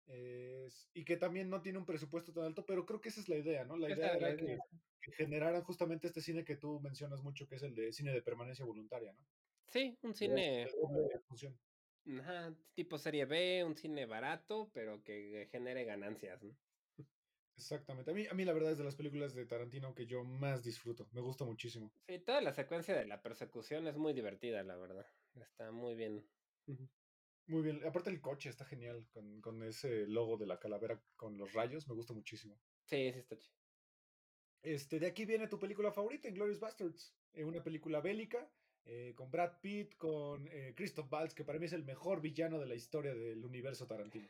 Es- y que también no tiene un presupuesto tan alto, pero creo que esa es la idea, ¿no? La Esa idea es la era que, idea. que generaran justamente este cine que tú mencionas mucho, que es el de cine de permanencia voluntaria, ¿no? Sí, un De doble, cine, de doble función. ajá, tipo serie B, un cine barato, pero que genere ganancias, ¿no? Exactamente. A mí, a mí la verdad es de las películas de Tarantino que yo más disfruto. Me gusta muchísimo. Sí, toda la secuencia de la persecución es muy divertida, la verdad. Está muy bien. Ujú. Muy bien. Aparte el coche está genial con, con ese logo de la calavera con los rayos. Me gusta muchísimo. Sí, sí está chido. Este, de aquí viene tu película favorita, Inglourious Basterds. Eh, una película bélica eh, con Brad Pitt, con eh, Christoph Waltz, que para mí es el mejor villano de la historia del universo Tarantino.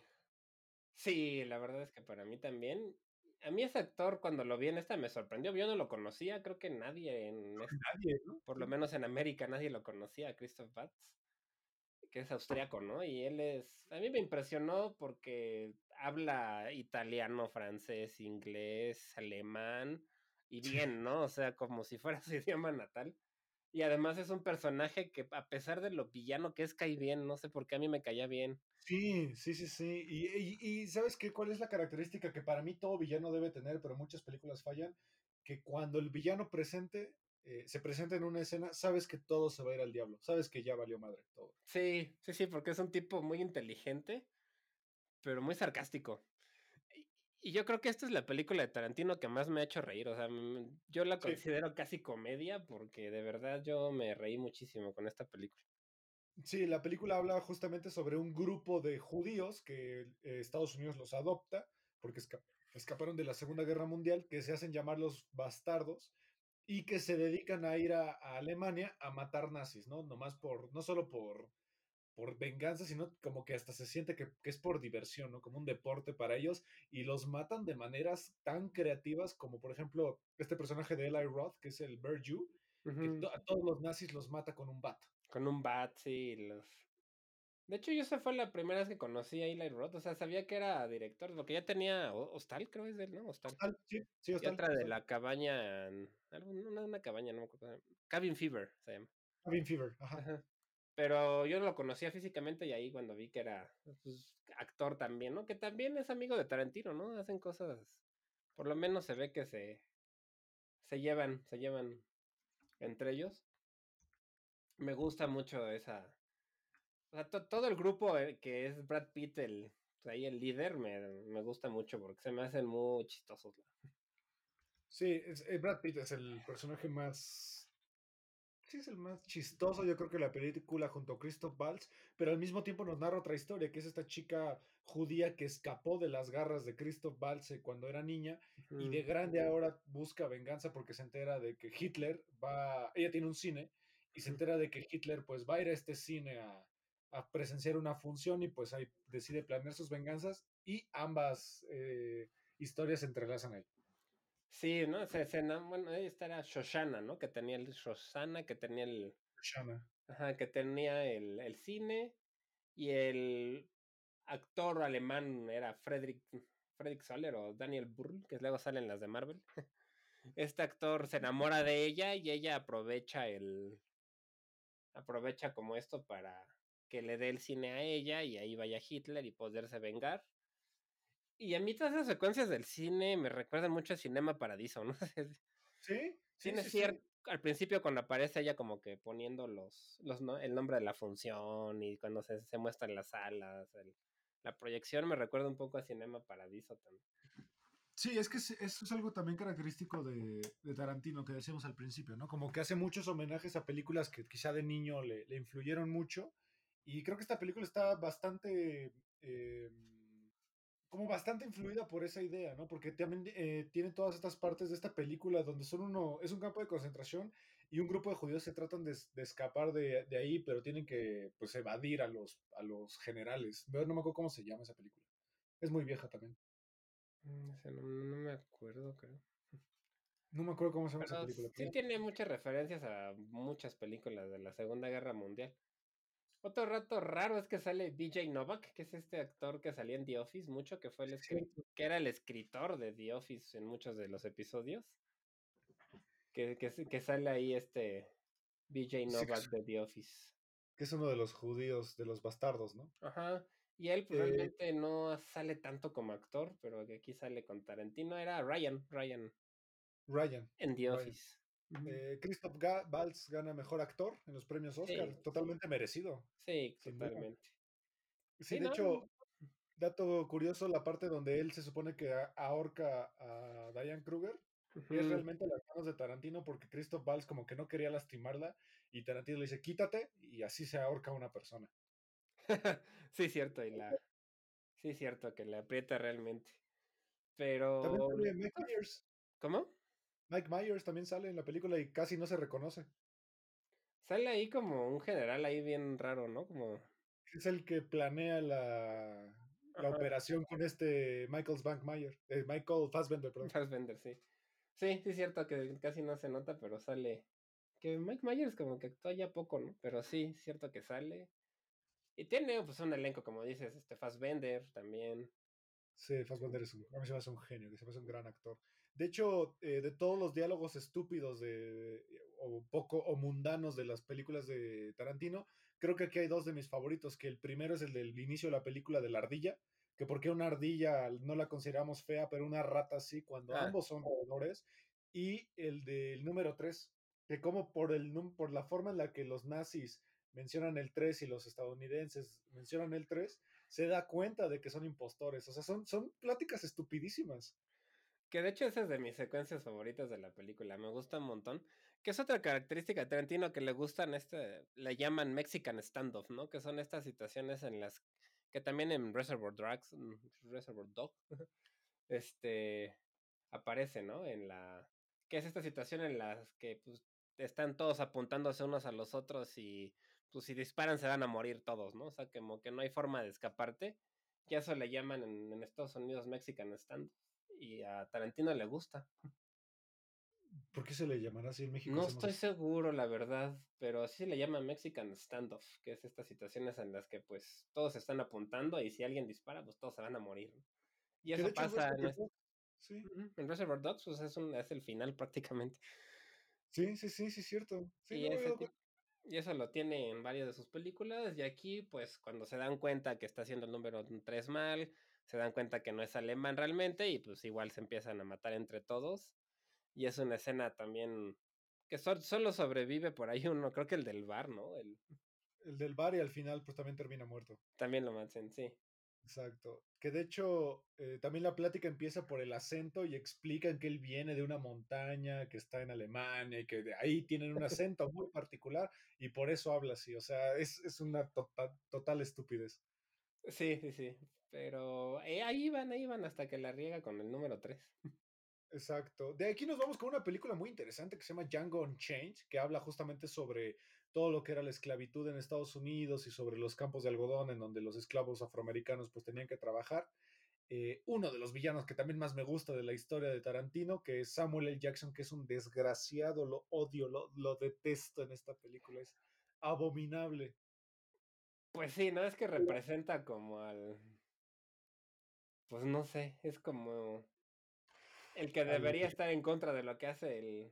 Sí, la verdad es que para mí también. A mí ese actor cuando lo vi en esta me sorprendió. Yo no lo conocía, creo que nadie en este, Nadie, ¿no? por lo Sí. menos en América nadie lo conocía, a Christoph Waltz, que es austriaco, ¿no? Y él es, a mí me impresionó porque habla italiano, francés, inglés, alemán y bien, ¿no? O sea, como si fuera su idioma natal. Y además es un personaje que a pesar de lo villano que es, cae bien, no sé por qué a mí me caía bien. Sí, sí, sí, sí. Y, y- y ¿sabes qué? ¿Cuál es la característica que para mí todo villano debe tener, pero muchas películas fallan? Que cuando el villano presente, eh, se presenta en una escena, sabes que todo se va a ir al diablo. Sabes que ya valió madre todo. Sí, sí, sí, porque es un tipo muy inteligente, pero muy sarcástico. Y, y yo creo que esta es la película de Tarantino que más me ha hecho reír, o sea, mm, yo la Sí. considero casi comedia porque de verdad yo me reí muchísimo con esta película. Sí, la película habla justamente sobre un grupo de judíos que eh, Estados Unidos los adopta porque esca- escaparon de la Segunda Guerra Mundial, que se hacen llamar los bastardos y que se dedican a ir a, a Alemania a matar nazis, ¿no? Nomás por, no solo por, por venganza, sino como que hasta se siente que, que es por diversión, ¿no? Como un deporte para ellos y los matan de maneras tan creativas como, por ejemplo, este personaje de Eli Roth, que es el Berju, que Ujú. to- a todos los nazis los mata con un bat. Con un bat, sí, los... De hecho, yo esa fue la primera vez que conocí a Eli Roth. O sea, sabía que era director, porque ya tenía Ho- Hostal, creo es de él, ¿no? Hostal. Hostal, sí, sí, Y Hostal, otra de Hostal. la cabaña, en- algo- una, una cabaña, no me acuerdo. cómo se llama. Cabin Fever se llama. Cabin Fever, ajá. Ajá. Pero yo no lo conocía físicamente y ahí cuando vi que era pues, actor también, ¿no? Que también es amigo de Tarantino, ¿no? Hacen cosas, por lo menos se ve que se, se llevan, se llevan entre ellos. Me gusta mucho esa, o sea, to- todo el grupo eh, que es Brad Pitt, el, pues, ahí el líder, me, me gusta mucho porque se me hacen muy chistosos. ¿no? Sí, es, eh, Brad Pitt es el personaje más. Sí, es el más chistoso, yo creo que la película junto a Christoph Waltz, pero al mismo tiempo nos narra otra historia, que es esta chica judía que escapó de las garras de Christoph Waltz eh, cuando era niña y Ujú. de grande ahora busca venganza porque se entera de que Hitler va, ella tiene un cine y se Ujú. entera de que Hitler pues va a ir a este cine a, a presenciar una función y pues ahí decide planear sus venganzas y ambas eh, historias se entrelazan ahí. Sí, ¿no? Se, se enam- bueno, esta era Shoshana, ¿no? Que tenía el Shoshana, que tenía el, Shana. ajá, que tenía el, el cine y el actor alemán era Frederick, Frederick Soller o Daniel Brühl, que luego salen las de Marvel. Este actor se enamora de ella y ella aprovecha el, aprovecha como esto para que le dé el cine a ella y ahí vaya Hitler y poderse vengar. Y a mí todas esas secuencias del cine me recuerdan mucho a Cinema Paradiso, ¿no? Sí, sí, Tiene sí, cierto, sí. al principio cuando aparece ella como que poniendo los, los no- el nombre de la función y cuando se, se muestran las salas, el- la proyección me recuerda un poco a Cinema Paradiso también. Sí, es que es- eso es algo también característico de, de Tarantino, que decíamos al principio, ¿no? Como que hace muchos homenajes a películas que quizá de niño le, le influyeron mucho. Y creo que esta película está bastante, eh, como bastante influida por esa idea, ¿no? Porque también eh, tiene todas estas partes de esta película donde son uno, es un campo de concentración y un grupo de judíos se tratan de, de escapar de, de ahí, pero tienen que, pues, evadir a los, a los generales. No me acuerdo cómo se llama esa película. Es muy vieja también. Mm, ese no, no me acuerdo, creo. No me acuerdo cómo se llama esa Pero película. sí Pero tiene muchas referencias a muchas películas de la Segunda Guerra Mundial. Otro rato raro es que sale D J Novak, que es este actor que salía en The Office mucho, que fue el escri- cierto. que era el escritor de The Office en muchos de los episodios. Que, que, que sale ahí este D J Sí, que Novak es, de The Office. que es uno de los judíos, de los bastardos, ¿no? Ajá. Y él pues Eh, realmente no sale tanto como actor, pero que aquí sale con Tarantino. Era Ryan, Ryan Ryan. en The Ryan. Office. Ujú. Eh, Christoph Ga- Waltz gana mejor actor en los premios Oscar. Sí, Totalmente merecido, sí, sin duda. totalmente. Sí, Sí, de ¿no? hecho, dato curioso, la parte donde él se supone que a- ahorca a Diane Kruger es Ujú. realmente las manos de Tarantino porque Christoph Waltz como que no quería lastimarla y Tarantino le dice, quítate y así se ahorca a una persona. Sí, cierto, y la. Sí, cierto, que le aprieta realmente. También Pero. sale Mike Myers. ¿Cómo? Mike Myers también sale en la película y casi no se reconoce. Sale ahí como un general ahí bien raro, ¿no? Como. Es el que planea la, la Ajá, operación con este Michael Bankmeyer, eh, Michael Fassbender, perdón. Fassbender, sí. Sí, sí, es cierto que casi no se nota, pero sale. Que Mike Myers como que actúa ya poco, ¿no? Pero sí, es cierto que sale. Y tiene pues un elenco, como dices, este Fassbender también. Sí, Fassbender es un, a mí se me hace un genio, que se me hace un gran actor. De hecho, eh, de todos los diálogos estúpidos de, o poco o mundanos de las películas de Tarantino, creo que aquí hay dos de mis favoritos, que el primero es el del inicio de la película de la ardilla, que porque una ardilla no la consideramos fea, pero una rata sí, cuando Ah, ambos son roedores, y el del número tres, que como por, el, num- por la forma en la que los nazis mencionan el tres y los estadounidenses mencionan el tres se da cuenta de que son impostores. O sea, son, son pláticas estupidísimas. que de hecho esa es de mis secuencias favoritas de la película, me gusta un montón. Que es otra característica de Tarantino que le gustan, este, le llaman Mexican standoff, ¿no? Que son estas situaciones en las que también en Reservoir Dogs, mm, Reservoir Dog, este, aparece, ¿no? En la, que es esta situación en las que pues están todos apuntándose unos a los otros y pues si disparan se van a morir todos, ¿no? O sea, como que no hay forma de escaparte. Que eso le llaman en, en Estados Unidos Mexican standoff y a Tarantino le gusta. ¿Por qué se le llamará así en México? No Hacemos estoy eso. seguro, la verdad, pero así se le llama Mexican Standoff, que es estas situaciones en las que pues todos están apuntando y si alguien dispara, pues todos se van a morir, ¿no? Y Que de eso hecho en pasa en, Reservoir es- Dogs, sí. ujú, en Reservoir Dogs, pues es, un, es el final prácticamente. Sí, sí, sí, sí, cierto. Sí, Y no me había ese dado tipo, cuenta. y eso lo tiene en varias de sus películas. Y aquí, pues, cuando se dan cuenta que está haciendo el número tres mal, se dan cuenta que no es alemán realmente, y pues igual se empiezan a matar entre todos. Y es una escena también que sol- solo sobrevive por ahí uno, creo que el del bar, ¿no? El, El del bar y al final pues también termina muerto. también lo matan, sí. Exacto. Que de hecho eh, también la plática empieza por el acento y explican que él viene de una montaña que está en Alemania y que de ahí tienen un acento muy particular y por eso habla así. O sea, es, es una total, total estupidez. Sí, sí, sí. Pero eh, ahí van, ahí van hasta que la riega con el número tres. Exacto. De aquí nos vamos con una película muy interesante que se llama Django Unchained, que habla justamente sobre todo lo que era la esclavitud en Estados Unidos y sobre los campos de algodón en donde los esclavos afroamericanos pues tenían que trabajar. Eh, uno de los villanos que también más me gusta de la historia de Tarantino, que es Samuel L. Jackson, que es un desgraciado, lo odio, lo, lo detesto en esta película, es abominable. Pues sí, ¿no? Es que representa como al... Pues no sé, es como el que Al, debería estar en contra de lo que hace el,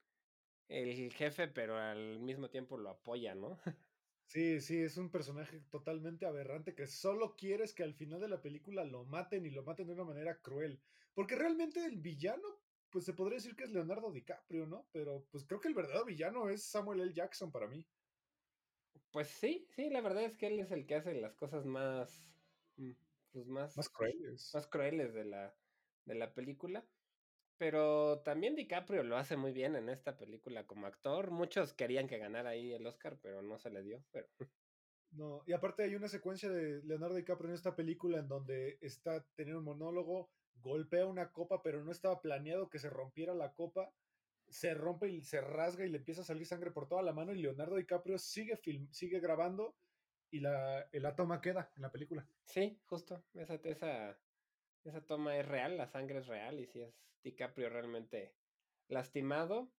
el jefe, pero al mismo tiempo lo apoya, ¿no? sí, sí, es un personaje totalmente aberrante que solo quieres que al final de la película lo maten y lo maten de una manera cruel. Porque realmente el villano, pues se podría decir que es Leonardo DiCaprio, ¿no? Pero pues creo que el verdadero villano es Samuel L. Jackson para mí. Pues sí, sí, la verdad es que él es el que hace las cosas más, mm, pues Más más, crueles. más crueles de la, de la película. Pero también DiCaprio lo hace muy bien en esta película como actor. Muchos querían que ganara ahí el Oscar, pero no se le dio. Pero No, y aparte hay una secuencia de Leonardo DiCaprio en esta película en donde está teniendo un monólogo, golpea una copa, pero no estaba planeado que se rompiera la copa, se rompe y se rasga y le empieza a salir sangre por toda la mano y Leonardo DiCaprio sigue film, sigue grabando y la, la toma queda en la película. sí, justo, esa, esa, esa toma es real, la sangre es real y sí es DiCaprio realmente lastimado.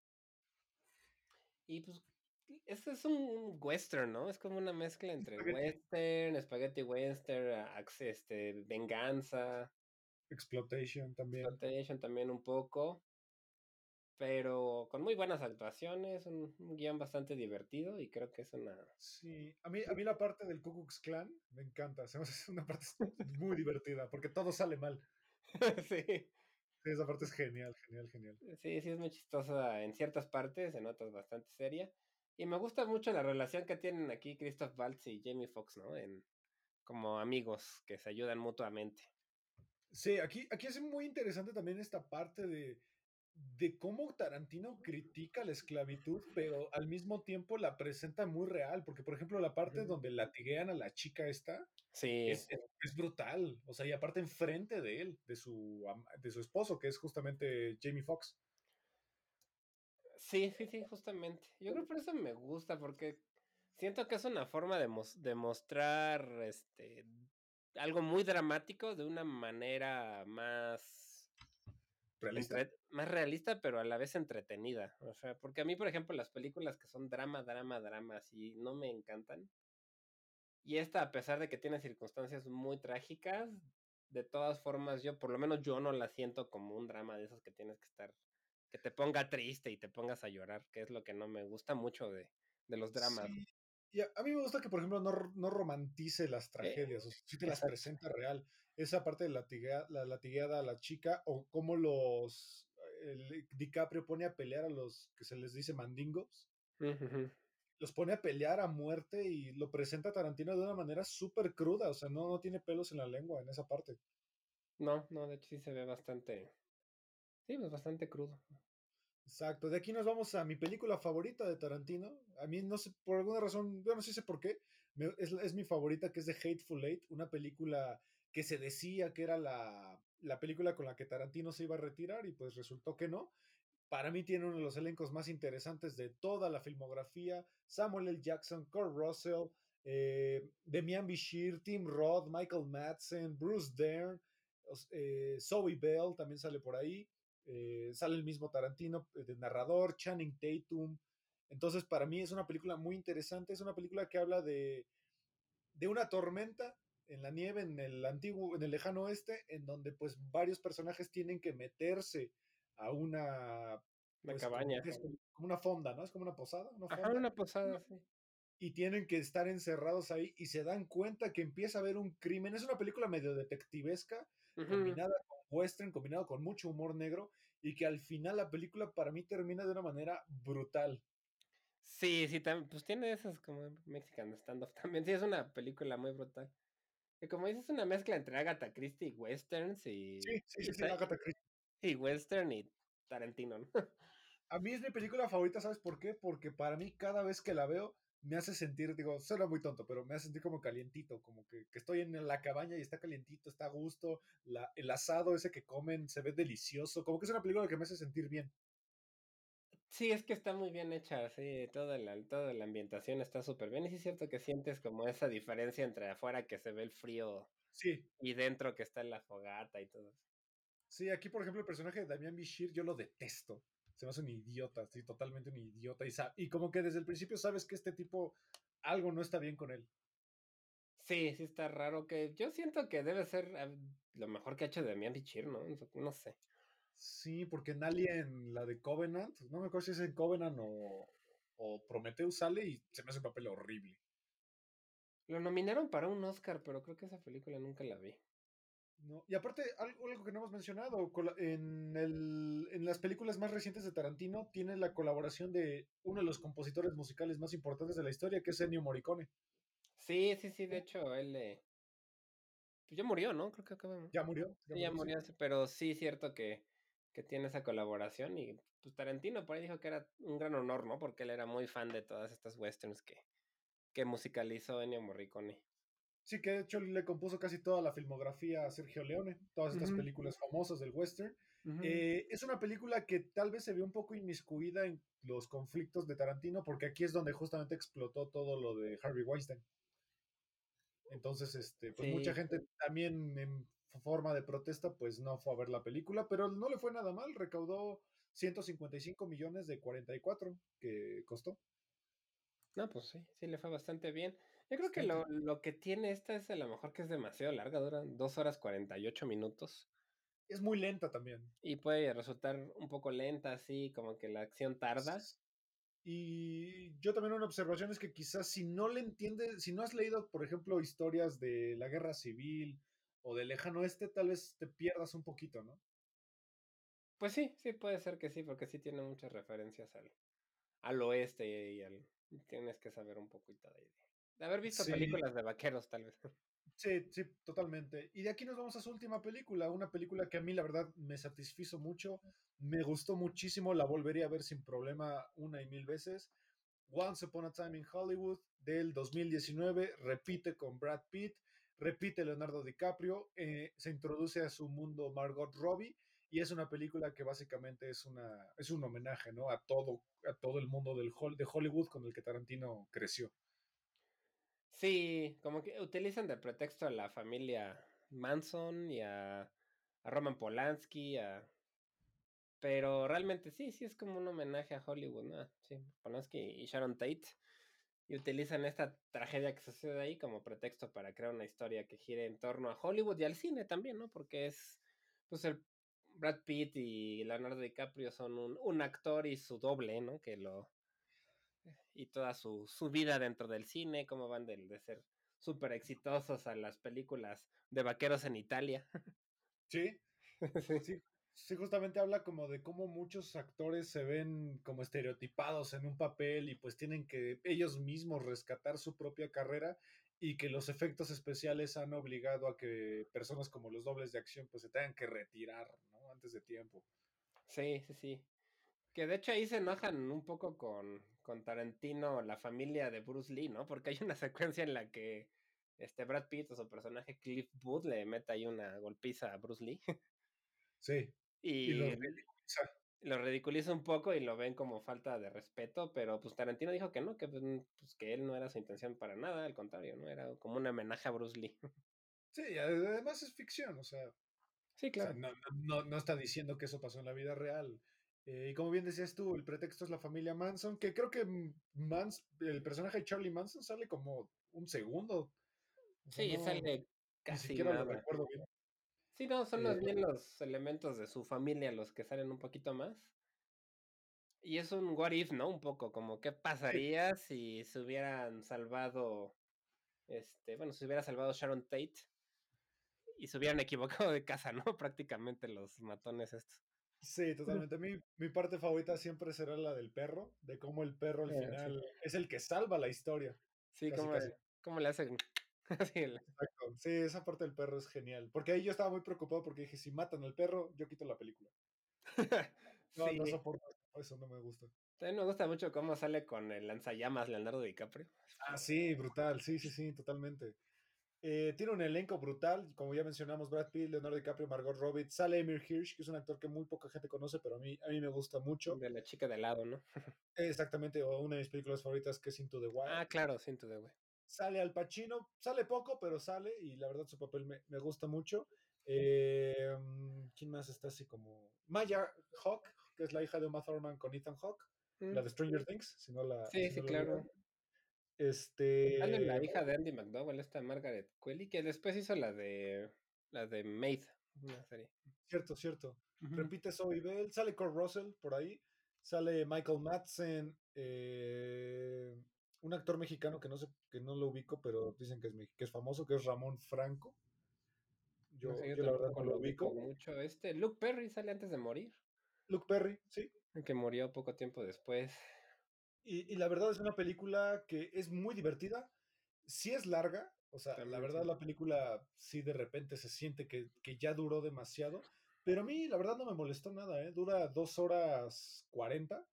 Y pues, este es un western, ¿no? Es como una mezcla entre Spaghetti western, spaghetti western, ax- este, venganza, Exploitation también. exploitation también un poco, pero con muy buenas actuaciones, un, un guión bastante divertido y creo que es una... Sí, a mí, a mí la parte del Ku Klux Klan me encanta, se me hace una parte muy divertida porque todo sale mal. Sí, Sí, esa parte es genial, genial, genial. sí, sí es muy chistosa en ciertas partes, en otras bastante seria. Y me gusta mucho la relación que tienen aquí Christoph Waltz y Jamie Foxx, ¿no? En, como amigos que se ayudan mutuamente. Sí, aquí, aquí es muy interesante también esta parte de, de cómo Tarantino critica la esclavitud, pero al mismo tiempo la presenta muy real, porque por ejemplo la parte Ujú. donde latiguean a la chica esta Sí, es, es, es brutal, o sea, y aparte enfrente de él, de su, am- de su esposo, que es justamente Jamie Foxx. sí, sí, sí, justamente. Yo creo por eso me gusta, porque siento que es una forma de, mos- de mostrar este algo muy dramático de una manera más, ¿Realista? entre- más realista, pero a la vez entretenida. O sea, porque a mí, por ejemplo, las películas que son drama, drama, drama, así no me encantan. Y esta, a pesar de que tiene circunstancias muy trágicas, de todas formas, yo, por lo menos yo no la siento como un drama de esos que tienes que estar, que te ponga triste y te pongas a llorar, que es lo que no me gusta mucho de, de los dramas. Sí, y a, a mí me gusta que, por ejemplo, no, r- no romantice las Eh, tragedias, o sea, sí te las exacto. presenta real. Esa parte de latiga- la latigueada a la chica, o cómo los el DiCaprio pone a pelear a los que se les dice mandingos, Ujú. los pone a pelear a muerte y lo presenta Tarantino de una manera súper cruda, o sea, no, no tiene pelos en la lengua en esa parte. No, no, de hecho sí se ve bastante, sí, pues bastante crudo. Exacto, de aquí nos vamos a mi película favorita de Tarantino. A mí no sé, por alguna razón, bueno, sí sé por qué, me- es, es mi favorita, que es The Hateful Eight, una película que se decía que era la, la película con la que Tarantino se iba a retirar y pues resultó que no. Para mí tiene uno de los elencos más interesantes de toda la filmografía. Samuel L. Jackson, Kurt Russell, eh, Demian Bichir, Tim Roth, Michael Madsen, Bruce Dern, os- eh, Zoe Bell también sale por ahí. eh, sale el mismo Tarantino eh, de narrador, Channing Tatum. Entonces, para mí es una película muy interesante, es una película que habla de, de una tormenta en la nieve en el antiguo, en el lejano oeste, en donde pues varios personajes tienen que meterse a una, Una pues como, cabaña. es como una fonda, ¿no? Es como una posada, una Ajá, fonda, una posada, sí. y tienen que estar encerrados ahí y se dan cuenta que empieza a haber un crimen. Es una película medio detectivesca, Ujú. combinada con western, combinado con mucho humor negro, y que al final la película para mí termina de una manera brutal. Sí, sí, tam pues tiene esas como Mexican Standoff también. Sí, es una película muy brutal. Que como dices, es una mezcla entre Agatha Christie y westerns Sí, y sí, y sí, sí, está Agatha Christie. y western y Tarantino, ¿no? A mí es mi película favorita, ¿sabes por qué? Porque para mí cada vez que la veo me hace sentir, digo, suena muy tonto, pero me hace sentir como calientito, como que, que estoy en la cabaña y está calientito, está a gusto, la, el asado ese que comen se ve delicioso, como que es una película que me hace sentir bien. Sí, es que está muy bien hecha, sí, toda la toda la ambientación está súper bien. Y sí es cierto que sientes como esa diferencia entre afuera que se ve el frío Sí, y dentro que está la fogata y todo eso. sí, aquí por ejemplo el personaje de Damián Bichir yo lo detesto. Se me hace un idiota, sí, totalmente un idiota. Y, sa- y como que desde el principio sabes que este tipo algo no está bien con él. Sí, sí está raro que yo siento que debe ser, ah, lo mejor que ha hecho Demian Bichir, ¿no? No sé. Sí, porque en Alien, la de Covenant, no me acuerdo si es en Covenant o, o Prometheus sale y se me hace un papel horrible. Lo nominaron para un Oscar, pero creo que esa película nunca la vi. No, y aparte, algo, algo que no hemos mencionado, cola- en, el, en las películas más recientes de Tarantino tiene la colaboración de uno de los compositores musicales más importantes de la historia, que es Ennio Morricone. Sí, sí, sí, de hecho, él, eh, pues ya murió, ¿no? Creo que acaba. Ya murió, ya Sí, ya murió, sí. murió, sí, pero sí, cierto que, que tiene esa colaboración y pues Tarantino por ahí dijo que era un gran honor, ¿no? Porque él era muy fan de todas estas westerns que, que musicalizó Ennio Morricone. Sí, que de hecho le compuso casi toda la filmografía a Sergio Leone, todas estas Ujú, películas famosas del western. ujú. Eh, es una película que tal vez se ve un poco inmiscuida en los conflictos de Tarantino, porque aquí es donde justamente explotó todo lo de Harvey Weinstein. Entonces, este, pues mucha Sí, gente también en forma de protesta, pues no fue a ver la película, pero no le fue nada mal, recaudó ciento cincuenta y cinco millones de cuarenta y cuatro que costó. no, pues sí, sí le fue bastante bien. Yo creo que Bastante. lo, lo que tiene esta es a lo mejor que es demasiado larga, dura dos horas cuarenta y ocho minutos Es muy lenta también. y puede resultar un poco lenta, así como que la acción tarda. Y yo también una observación es que quizás si no le entiendes, si no has leído, por ejemplo, historias de la guerra civil o del lejano oeste, tal vez te pierdas un poquito, ¿no? Pues sí, sí puede ser que sí, porque sí tiene muchas referencias al, al oeste y al... Tienes que saber un poquito de, de haber visto Sí, películas de vaqueros, tal vez. sí, sí, totalmente. Y de aquí nos vamos a su última película, una película que a mí la verdad me satisfizo mucho, me gustó muchísimo, la volvería a ver sin problema una y mil veces. Once Upon a Time in Hollywood del dos mil diecinueve, repite con Brad Pitt, repite Leonardo DiCaprio, eh, se introduce a su mundo Margot Robbie y es una película que básicamente es, una, es un homenaje, ¿no? A todo, a todo el mundo del, de Hollywood con el que Tarantino creció. Sí, como que utilizan de pretexto a la familia Manson y a, a Roman Polanski, a... pero realmente sí, sí es como un homenaje a Hollywood, ¿no? Sí, Polanski y Sharon Tate. Y utilizan esta tragedia que sucede ahí como pretexto para crear una historia que gire en torno a Hollywood y al cine también, ¿no? Porque es, pues el Brad Pitt y Leonardo DiCaprio son un, un actor y su doble, ¿no? Que lo, y toda su, su vida dentro del cine, cómo van de, de ser súper exitosos a las películas de vaqueros en Italia. Sí, Sí. sí, sí, justamente habla como de cómo muchos actores se ven como estereotipados en un papel y pues tienen que ellos mismos rescatar su propia carrera y que los efectos especiales han obligado a que personas como los dobles de acción pues se tengan que retirar, ¿no? Antes de tiempo. Sí, sí, sí. Que de hecho ahí se enojan un poco con, con Tarantino, la familia de Bruce Lee, ¿no? Porque hay una secuencia en la que este Brad Pitt o su personaje Cliff Booth le mete ahí una golpiza a Bruce Lee Sí, y los y ridiculiza. lo ridiculiza un poco y lo ven como falta de respeto, pero pues Tarantino dijo que no, que pues, pues, que él no era su intención para nada, al contrario, ¿no? Era como un homenaje a Bruce Lee. Sí, además es ficción, o sea, Sí, O sea, claro. no, no, no está diciendo que eso pasó en la vida real. Eh, y como bien decías tú, el pretexto es la familia Manson, que creo que Mans, el personaje de Charlie Manson sale como un segundo. O sea, Sí, no, sale ni casi siquiera lo nada. recuerdo bien. Sí, no, son Eh, más bien los elementos de su familia los que salen un poquito más. Y es un what if, ¿no? Un poco como qué sí, pasaría si se hubieran salvado, este, bueno, si hubiera salvado Sharon Tate y se hubieran equivocado de casa, ¿no? Prácticamente los matones estos. sí, totalmente. A mí, mi parte favorita siempre será la del perro, de cómo el perro al Ah, sí, final es el que salva la historia. sí, Casi, ¿cómo, casi. cómo le hacen? Así el- Exacto. Sí, esa parte del perro es genial. Porque ahí yo estaba muy preocupado porque dije, si matan al perro, yo quito la película. No, no Sí, soporto eso, no me gusta. también me gusta mucho cómo sale con el lanzallamas Leonardo DiCaprio. Ah, sí, brutal, sí, sí, sí, totalmente. Eh, tiene un elenco brutal, como ya mencionamos, Brad Pitt, Leonardo DiCaprio, Margot Robbie, sale Emir Hirsch, que es un actor que muy poca gente conoce, pero a mí, a mí me gusta mucho. De la chica de lado, ¿no? Exactamente, o una de mis películas favoritas que es Into the Wild. Ah, claro, siento de güey. Sale Al Pacino, sale poco, pero sale, y la verdad su papel me, me gusta mucho. Eh, ¿Quién más está así como? Maya Hawke, que es la hija de Uma Thurman con Ethan Hawke, Mm, la de Stranger Things, si no la, sí, si no sí, la olvidan. claro. Sale la Este, hija de Andy McDowell, esta Margaret Qualley, que después hizo la de la de Maid, una serie. Cierto, cierto. Ujú. Repite Zoe Bell, sale Kurt Russell por ahí, sale Michael Madsen, eh, un actor mexicano que no sé, que no lo ubico, pero dicen que es, me- que es famoso, que es Ramón Franco. No sé, Yo, yo yo la verdad tampoco no lo lo ubico ubico. mucho. Este Luke Perry sale antes de morir, Luke Perry, sí. que murió poco tiempo después. Y, y la verdad es una película que es muy divertida. Sí es larga, o sea, la También verdad sí. la película sí de repente se siente que, que ya duró demasiado, pero a mí la verdad no me molestó nada, ¿eh? Dura dos horas cuarenta.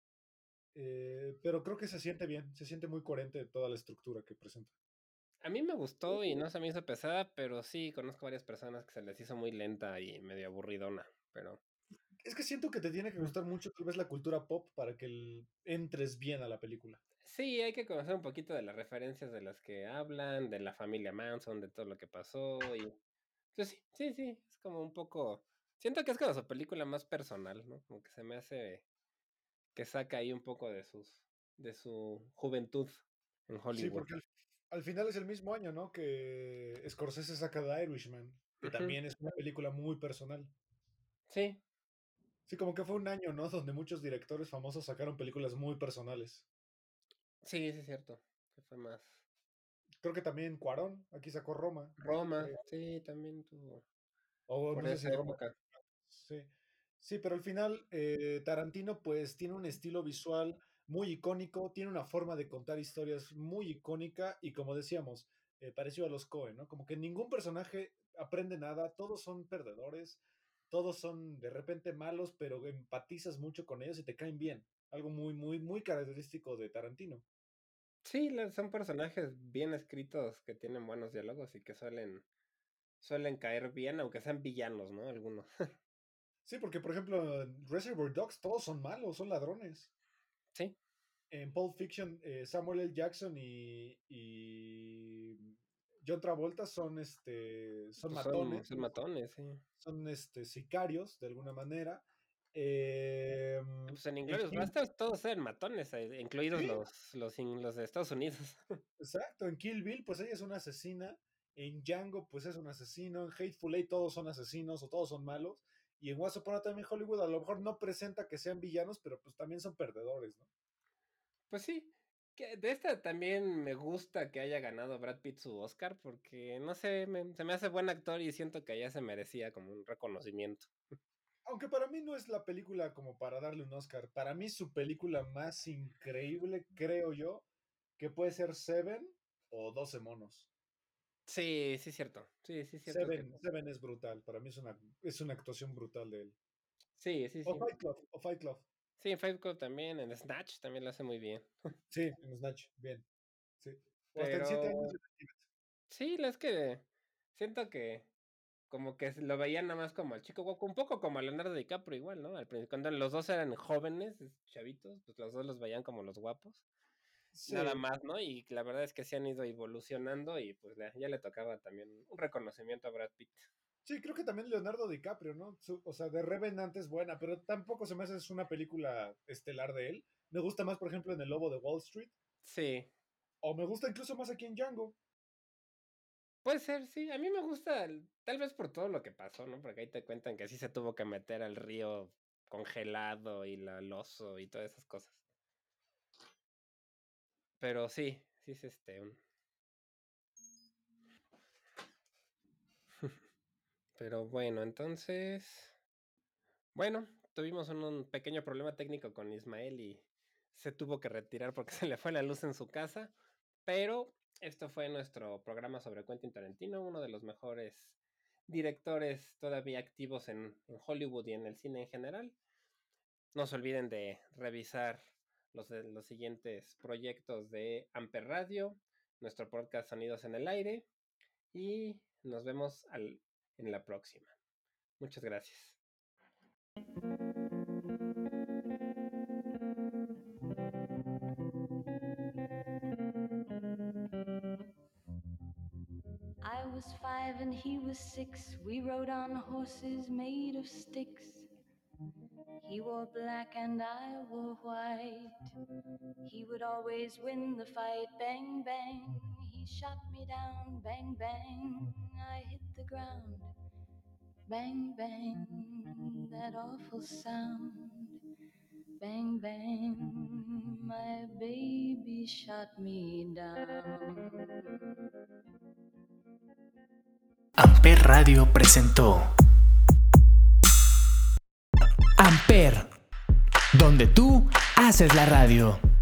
Eh, pero creo que se siente bien, se siente muy coherente toda la estructura que presenta. A mí me gustó y no se me hizo pesada, pero sí conozco varias personas que se les hizo muy lenta y medio aburridona, pero Es que siento que te tiene que mm, gustar mucho tal vez la cultura pop para que el- entres bien a la película. sí, hay que conocer un poquito de las referencias de las que hablan, de la familia Manson, de todo lo que pasó y pues sí, sí, sí, es como un poco, siento que es como su película más personal, ¿no? Como que se me hace que saca ahí un poco de sus, de su juventud en Sí, Hollywood. porque al, al final es el mismo año, ¿no? Que Scorsese saca The Irishman, que Ujú, también es una película muy personal. sí, Sí, como que fue un año, ¿no? Donde muchos directores famosos sacaron películas muy personales. sí, sí es cierto, que fue más. Creo que también Cuarón, aquí sacó Roma, Roma, creo. sí, también tuvo O por no sé si esa Roma. época. Sí, sí, pero al final eh, Tarantino pues tiene un estilo visual muy icónico, tiene una forma de contar historias muy icónica y como decíamos, eh, parecido a los Coen, ¿no? Como que ningún personaje aprende nada, todos son perdedores, todos son de repente malos, pero empatizas mucho con ellos y te caen bien. Algo muy, muy, muy característico de Tarantino. Sí, la- son personajes bien escritos que tienen buenos diálogos y que suelen, suelen caer bien, aunque sean villanos, ¿no? Algunos. Sí, porque por ejemplo en Reservoir Dogs todos son malos, son ladrones. Sí, En Pulp Fiction, eh, Samuel L. Jackson y, y John Travolta son, este, son pues son, matones, son matones, sí. son este, sicarios de alguna manera. Eh, Pues en en Inglourious Kill, Basterds todos eran matones, eh, incluidos sí, los, los, in- los de Estados Unidos. exacto. En Kill Bill, pues ella es una asesina. En Django, pues es un asesino. En Hateful Eight, todos son asesinos o todos son malos. Y en Once Upon a Time in Hollywood, a lo mejor no presenta que sean villanos, pero pues también son perdedores, ¿no? Pues sí, que de esta también me gusta que haya ganado Brad Pitt su Oscar, porque no sé, me- se me hace buen actor y siento que allá se merecía como un reconocimiento. Aunque para mí no es la película como para darle un Oscar. Para mí su película más increíble, creo yo, que puede ser Seven o Doce monos. Sí, sí es cierto, sí, sí es cierto que Seven, Seven es brutal. Para mí es una, es una actuación brutal de él. sí, sí, O sí. Fight Club, o Fight Club. Sí, en Fight Club también, en Snatch también lo hace muy bien. Sí, en Snatch, bien. Sí. O hasta en Siete años Pero de... sí, la es que siento que como que lo veían nada más como el chico guapo, un poco como a Leonardo DiCaprio igual, ¿no? Al principio, cuando los dos eran jóvenes, es- chavitos, pues los dos los veían como los guapos, nada Sí, más, ¿no? Y la verdad es que se han ido evolucionando y pues ya, ya le tocaba también un reconocimiento a Brad Pitt. Sí, creo que también Leonardo DiCaprio, ¿no? Su, o sea, The Revenant es buena, pero tampoco se me hace es una película estelar de él. Me gusta más, por ejemplo, en El Lobo de Wall Street. Sí. O me gusta incluso más aquí en Django. Puede ser, sí. A mí me gusta, tal vez por todo lo que pasó, ¿no? Porque ahí te cuentan que sí se tuvo que meter al río congelado y la, el oso y todas esas cosas. Pero sí, sí es este. Un... Pero bueno, entonces. Bueno, tuvimos un, un pequeño problema técnico con Ismael y se tuvo que retirar porque se le fue la luz en su casa. Pero esto fue nuestro programa sobre Quentin Tarantino, uno de los mejores directores todavía activos en, en Hollywood y en el cine en general. No se olviden de revisar los, los siguientes proyectos de Amper Radio, nuestro podcast Sonidos en el Aire, y nos vemos al, en la próxima. Muchas gracias. I was five and he was six. We rode on horses made of sticks. He wore black and I wore white. He would always win the fight. Bang, bang, he shot me down. Bang, bang, I hit the ground. Bang, bang, that awful sound. Bang, bang, my baby shot me down. Amper Radio presentó Amper, donde tú haces la radio.